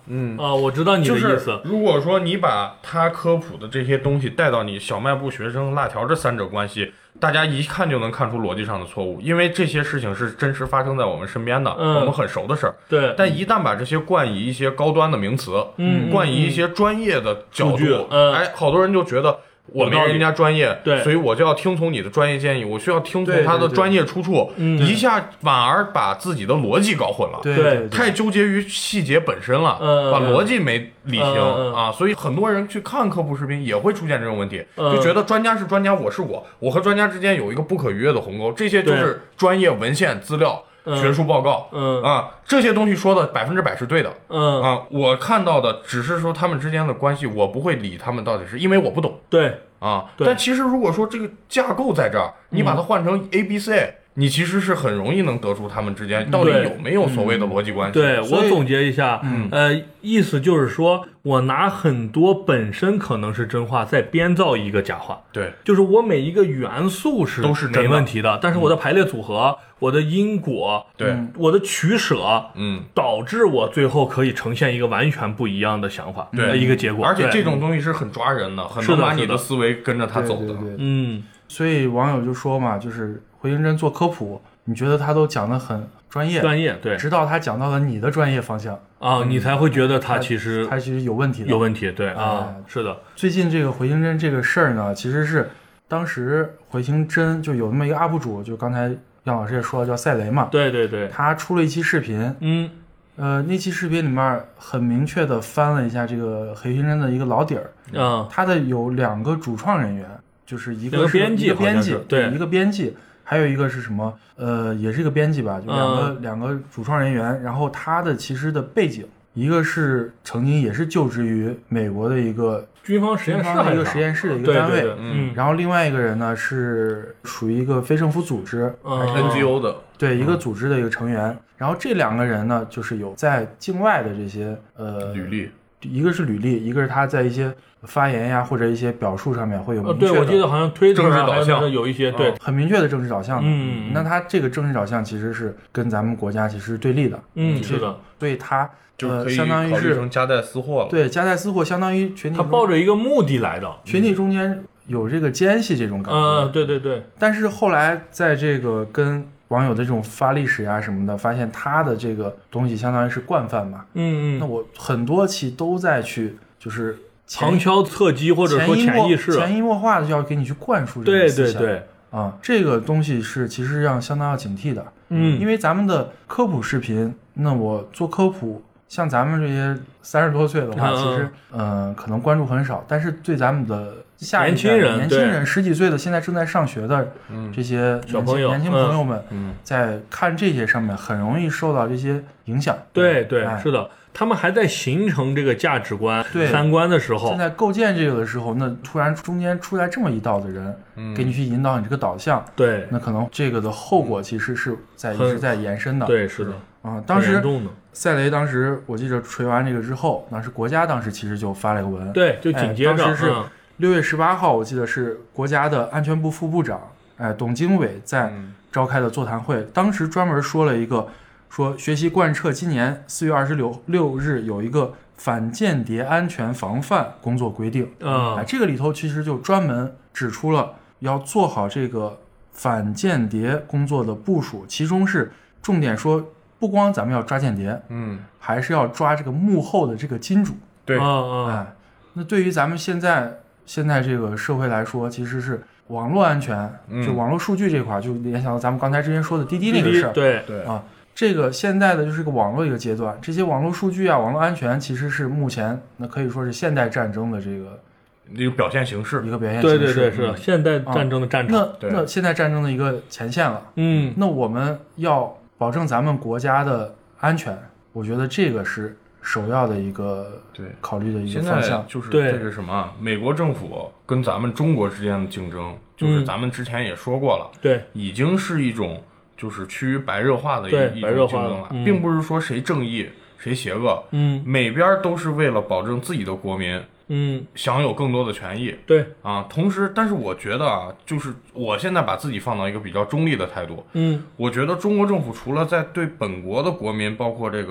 嗯啊，我知道你的就是意思。 如果说你把他科普的这些东西带到你小卖部学生、辣条这三者关系，大家一看就能看出逻辑上的错误，因为这些事情是真实发生在我们身边的， 嗯我们很熟的事儿。 对， 但一旦把这些冠以一些高端的名词， 嗯冠以一些专业的角数据度， 嗯哎，好多人就觉得我没人家专业， 对所以我就要听从你的专业建议，我需要听从他的专业出处， 嗯一下反而把自己的逻辑搞混了。 对对对， 太纠结于细节本身了， 嗯把逻辑没理清、 嗯嗯嗯啊，所以很多人去看科普视频也会出现这种问题， 嗯就觉得专家是专家，我是我，我和专家之间有一个不可逾越的鸿沟，这些就是专业文献资料、 嗯学术报告， 嗯啊，这些东西说的百分之百是对的。 嗯啊，我看到的只是说他们之间的关系，我不会理他们到底是因为我不懂对啊。 对但其实如果说这个架构在这儿，你把它换成 A B C，、你其实是很容易能得出他们之间到底对有没有所谓的逻辑关系。 对， 所以我总结一下， 嗯呃，意思就是说我拿很多本身可能是真话，再编造一个假话。 对就是我每一个元素是都是真的没问题的，但是我的排列组合、我的因果、 对， 我的取舍， 嗯。 导致我最后可以呈现一个完全不一样的想法， 对呃一个结果。 而且对这种东西是很抓人的，很是的是的能把你的思维跟着他走的。 对对对， 嗯， 所以网友就说嘛，就是回形针做科普，你觉得他都讲得很专业， 专业对直到他讲到了你的专业方向， 啊，你才会觉得他其实他其实有问题的。 有问题。对啊哎， 是的， 最近这个回形针这个事儿呢，其实是当时回形针就有那么一个 U P 主，就刚才杨老师也说了，叫赛雷嘛， 对对对， 他出了一期视频， 嗯呃，那期视频里面很明确的翻了一下这个回形针的一个老底儿， 啊， 他的有两个主创人员，就是一两个个是编辑一个编辑好像是，对一个编辑，还有一个是什么？呃，也是一个编辑吧，就两个、 嗯两个主创人员。然后他的其实的背景，一个是曾经也是就职于美国的一个军方实验室军方的一个还是啥实验室的一个对单位， 对对嗯然后另外一个人呢是属于一个非政府组织， 嗯 N G O 的， 对一个组织的一个成员。然后这两个人呢，就是有在境外的这些呃履历， 一个是履历，一个是他在一些发言呀或者一些表述上面会有呃，对， 明确的、 我记得好像推特政治上还有导向那个有一些对， 很明确的政治导向的。 嗯那他这个政治导向其实是跟咱们国家其实是对立的， 嗯，是的， 所以他呃就可以相当于考虑是成夹带私货了。 对夹带私货，相当于群体中他抱着一个目的来的， 群体中间有这个奸细这种感觉。 嗯，对对对， 但是后来在这个跟网友的这种发历史呀、什么的，发现他的这个东西相当于是惯犯嘛。 嗯嗯， 那我很多期都在去就是潜旁敲侧击或者说潜移默潜意识， 潜移默化的就要给你去灌输这对个思想。 对对， 啊，这个东西是其实让相当要警惕的。 嗯， 因为咱们的科普视频，那我做科普，像咱们这些三十多岁的话， 嗯其实嗯、呃可能关注很少，但是对咱们的下一代年轻人对年轻人十几岁的现在正在上学的嗯这些小朋友年轻年轻朋友们， 嗯， 在看这些上面很容易受到这些影响。 对对哎是的，他们还在形成这个价值观、 对三观的时候正，在构建这个的时候，那突然中间出来这么一道的人， 嗯给你去引导你这个导向， 对那可能这个的后果其实是在一直在延伸的。 对是的， 啊，当时很严重的， 赛雷当时我记得锤完这个之后，当时国家当时其实就发了个文， 对，就紧接着， 哎当时是嗯六月十八号，我记得是国家的安全部副部长，哎，董经纬在嗯召开的座谈会，当时专门说了一个，说学习贯彻今年四月二十六六日有一个反间谍安全防范工作规定， 啊哎，这个里头其实就专门指出了要做好这个反间谍工作的部署，其中是重点说，不光咱们要抓间谍， 嗯， 还是要抓这个幕后的这个金主。 对啊啊， 哎，那对于咱们现在现在这个社会来说，其实是网络安全， 嗯就网络数据这块儿，就联想到咱们刚才之前说的滴滴那个事儿。 对， 对啊，这个现在的就是个网络一个阶段，这些网络数据啊、网络安全，其实是目前那可以说是现代战争的这个一个表现形式一。个表现形式。 对对对，是的现代战争的战场， 那对那现代战争的一个前线了。 嗯， 那我们要保证咱们国家的安全，我觉得这个是首要的一个对考虑的一个现在方向。 就是对这个什么啊，美国政府跟咱们中国之间的竞争，就是嗯咱们之前也说过了， 对， 已经是一种就是趋于白热化的对一一白热化种竞争了， 嗯并不是说谁正义谁邪恶， 嗯每边都是为了保证自己的国民嗯， 享有更多的权益对， 啊。同时，但是我觉得啊，就是我现在把自己放到一个比较中立的态度， 嗯我觉得中国政府除了在对本国的国民，包括这个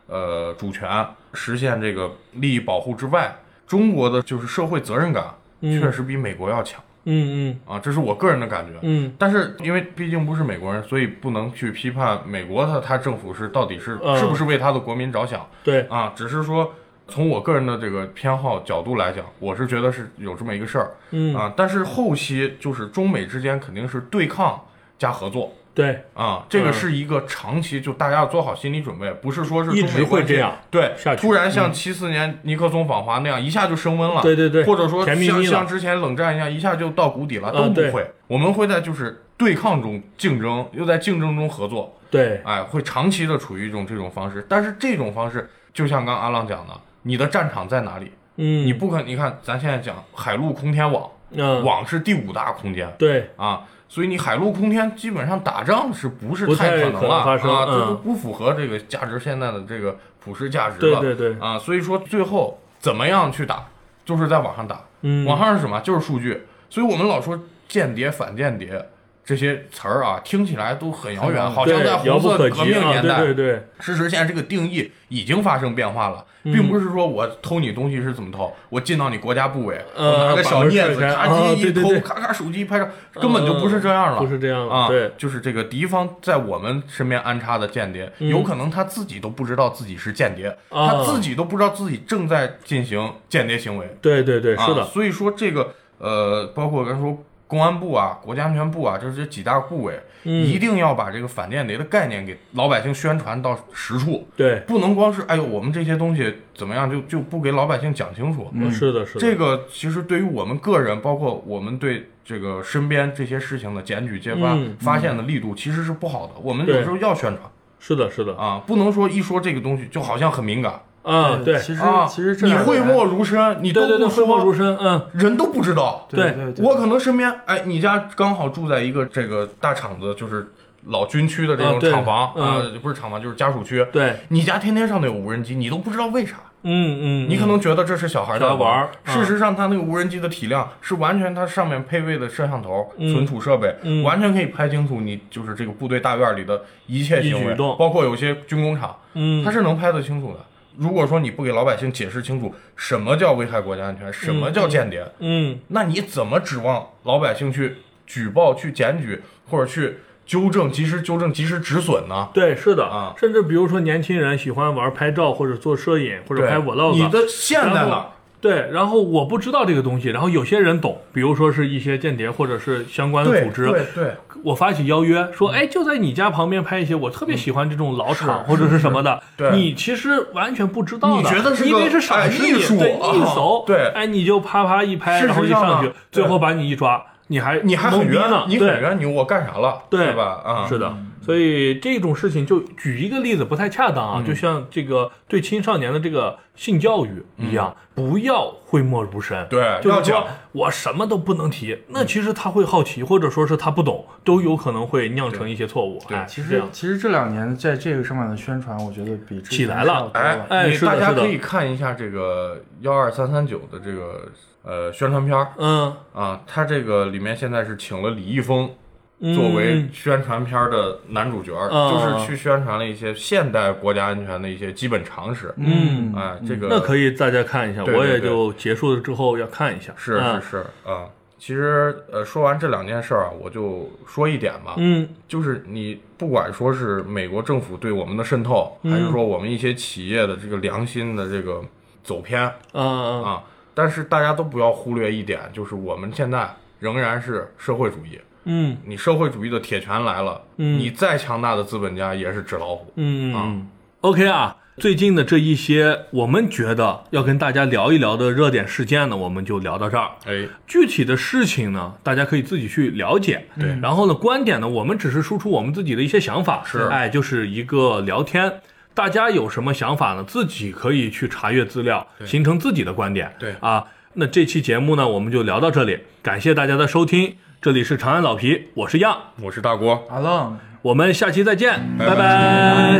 呃主权，实现这个利益保护之外，中国的就是社会责任感确实比美国要强。 嗯嗯啊，这是我个人的感觉。 嗯， 但是因为毕竟不是美国人，所以不能去批判美国他他政府是到底是、 嗯、 是不是为他的国民着想。 对啊，只是说从我个人的这个偏好角度来讲，我是觉得是有这么一个事儿。 嗯啊，但是后期就是中美之间肯定是对抗加合作。 对啊，这个是一个长期，就大家要做好心理准备，不是说是一直会这样， 对，突然像嗯七四年尼克松访华那样一下就升温了， 对对对， 或者说像蜜蜜像之前冷战一样一下就到谷底了，都不会，我们会在就是对抗中竞争，又在竞争中合作， 对， 哎，会长期的处于一种这种方式，但是这种方式就像刚阿浪讲的，你的战场在哪里？ 嗯， 你不可，你看咱现在讲海陆空天网， 嗯， 网是第五大空间， 对啊。所以你海陆空天基本上打仗是不是太可能了啊？这都不符合这个价值现在的这个普世价值了。对对对啊，所以说最后怎么样去打，就是在网上打。 嗯， 网上是什么？就是数据。所以我们老说间谍、反间谍这些词儿啊，听起来都很遥远，好像在红色革命年代。 啊、对对对。 事实现在这个定义已经发生变化了。并不是说我偷你东西是怎么偷，我进到你国家部委， 呃、 我拿个小镊子，咔叽一偷， 对对对咔咔手机一拍照，根本就不是这样了， 不是这样了啊！ 对， 就是这个敌方在我们身边安插的间谍， 嗯、 有可能他自己都不知道自己是间谍， 啊、 他自己都不知道自己正在进行间谍行为。 对对对，是的。 啊、所以说这个呃，包括刚才说公安部啊、国家安全部啊，这是几大部委。 嗯、 一定要把这个反间谍的概念给老百姓宣传到实处， 对， 不能光是哎呦我们这些东西怎么样就就不给老百姓讲清楚。 嗯，是的，是的。 这个其实对于我们个人，包括我们对这个身边这些事情的检举揭发、 嗯、 发现的力度其实是不好的。我们有时候要宣传， 是的，是的啊，不能说一说这个东西就好像很敏感。 啊，对， 其实、 啊、 其实你讳莫如深，你都不说，讳莫如深，嗯， 人都不知道。 对对对， 我可能身边，哎，你家刚好住在一个这个大厂子，就是老军区的这种厂房啊、 啊嗯，不是厂房就是家属区。 对， 你家天天上头有无人机，你都不知道为啥。 嗯嗯， 你可能觉得这是小孩在玩， 事实上，它那个无人机的体量是完全它上面配备的摄像头、 嗯、 存储设备、 嗯， 完全可以拍清楚你就是这个部队大院里的一切行为，包括有些军工厂， 嗯， 它是能拍得清楚的。如果说你不给老百姓解释清楚什么叫危害国家安全，什么叫间谍， 嗯， 那你怎么指望老百姓去举报、去检举或者去纠正、及时纠正、及时止损呢？ 对，是的啊， 甚至比如说年轻人喜欢玩拍照或者做摄影或者拍 vlog， 你的线在哪？ 对，然后我不知道这个东西，然后有些人懂，比如说是一些间谍或者是相关的组织， 对 对, 对， 我发起邀约说，哎，就在你家旁边拍一些，我特别喜欢这种老厂、嗯、或者是什么的，你其实完全不知道的， 你觉得是因为是赏识你， 艺术， 对，一手， 对， 哎，你就啪啪一拍，然后一上去，最后把你一抓，你还你还很冤呢， 你很冤，你我干啥了， 对吧？啊、 嗯，是的。所以这种事情就举一个例子不太恰当啊， 嗯、 就像这个对青少年的这个性教育一样，嗯、不要讳莫如深。 对， 就是说我什么都不能提，那其实他会好奇，或者说是他不懂，都有可能会酿成一些错误。 对， 哎、 其实其实这两年在这个上面的宣传，我觉得比之前起来了。 哎哎， 你大家可以看一下这个幺二三三九的这个呃宣传片。 嗯啊，他这个里面现在是请了李易峰。作为宣传片的男主角、 嗯， 就是去宣传了一些现代国家安全的一些基本常识。 嗯， 哎，这个那可以大家看一下， 对对对我也就结束了之后要看一下。 是是是啊、嗯，其实呃，说完这两件事儿啊，我就说一点吧。 嗯， 就是你不管说是美国政府对我们的渗透， 嗯、 还是说我们一些企业的这个良心的这个走偏，啊、 嗯、 啊，但是大家都不要忽略一点，就是我们现在仍然是社会主义。 嗯， 你社会主义的铁拳来了， 嗯， 你再强大的资本家也是纸老虎。 嗯啊嗯 ，OK 啊，最近的这一些我们觉得要跟大家聊一聊的热点事件呢，我们就聊到这儿。 哎， 具体的事情呢，大家可以自己去了解。 对， 然后呢，观点呢，我们只是输出我们自己的一些想法， 是， 哎，就是一个聊天。大家有什么想法呢？自己可以去查阅资料，形成自己的观点。 对啊， 那这期节目呢，我们就聊到这里，感谢大家的收听。这里是长安老皮，我是样， 我是大郭， 阿浪， 我们下期再见， 拜拜。 拜拜。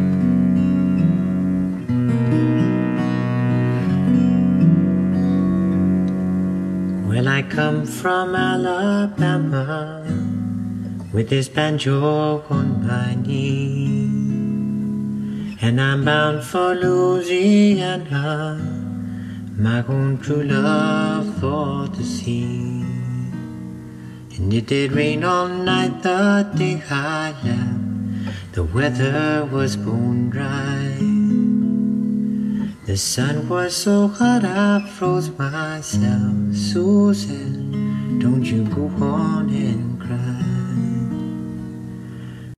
Well, I come from Alabama with this banjo on my knee, And I'm bound for Louisiana, my own true love for to see. And it did rain all night the day I left, the weather was bone dry. The sun was so hot I froze myself. Susan, don't you go on and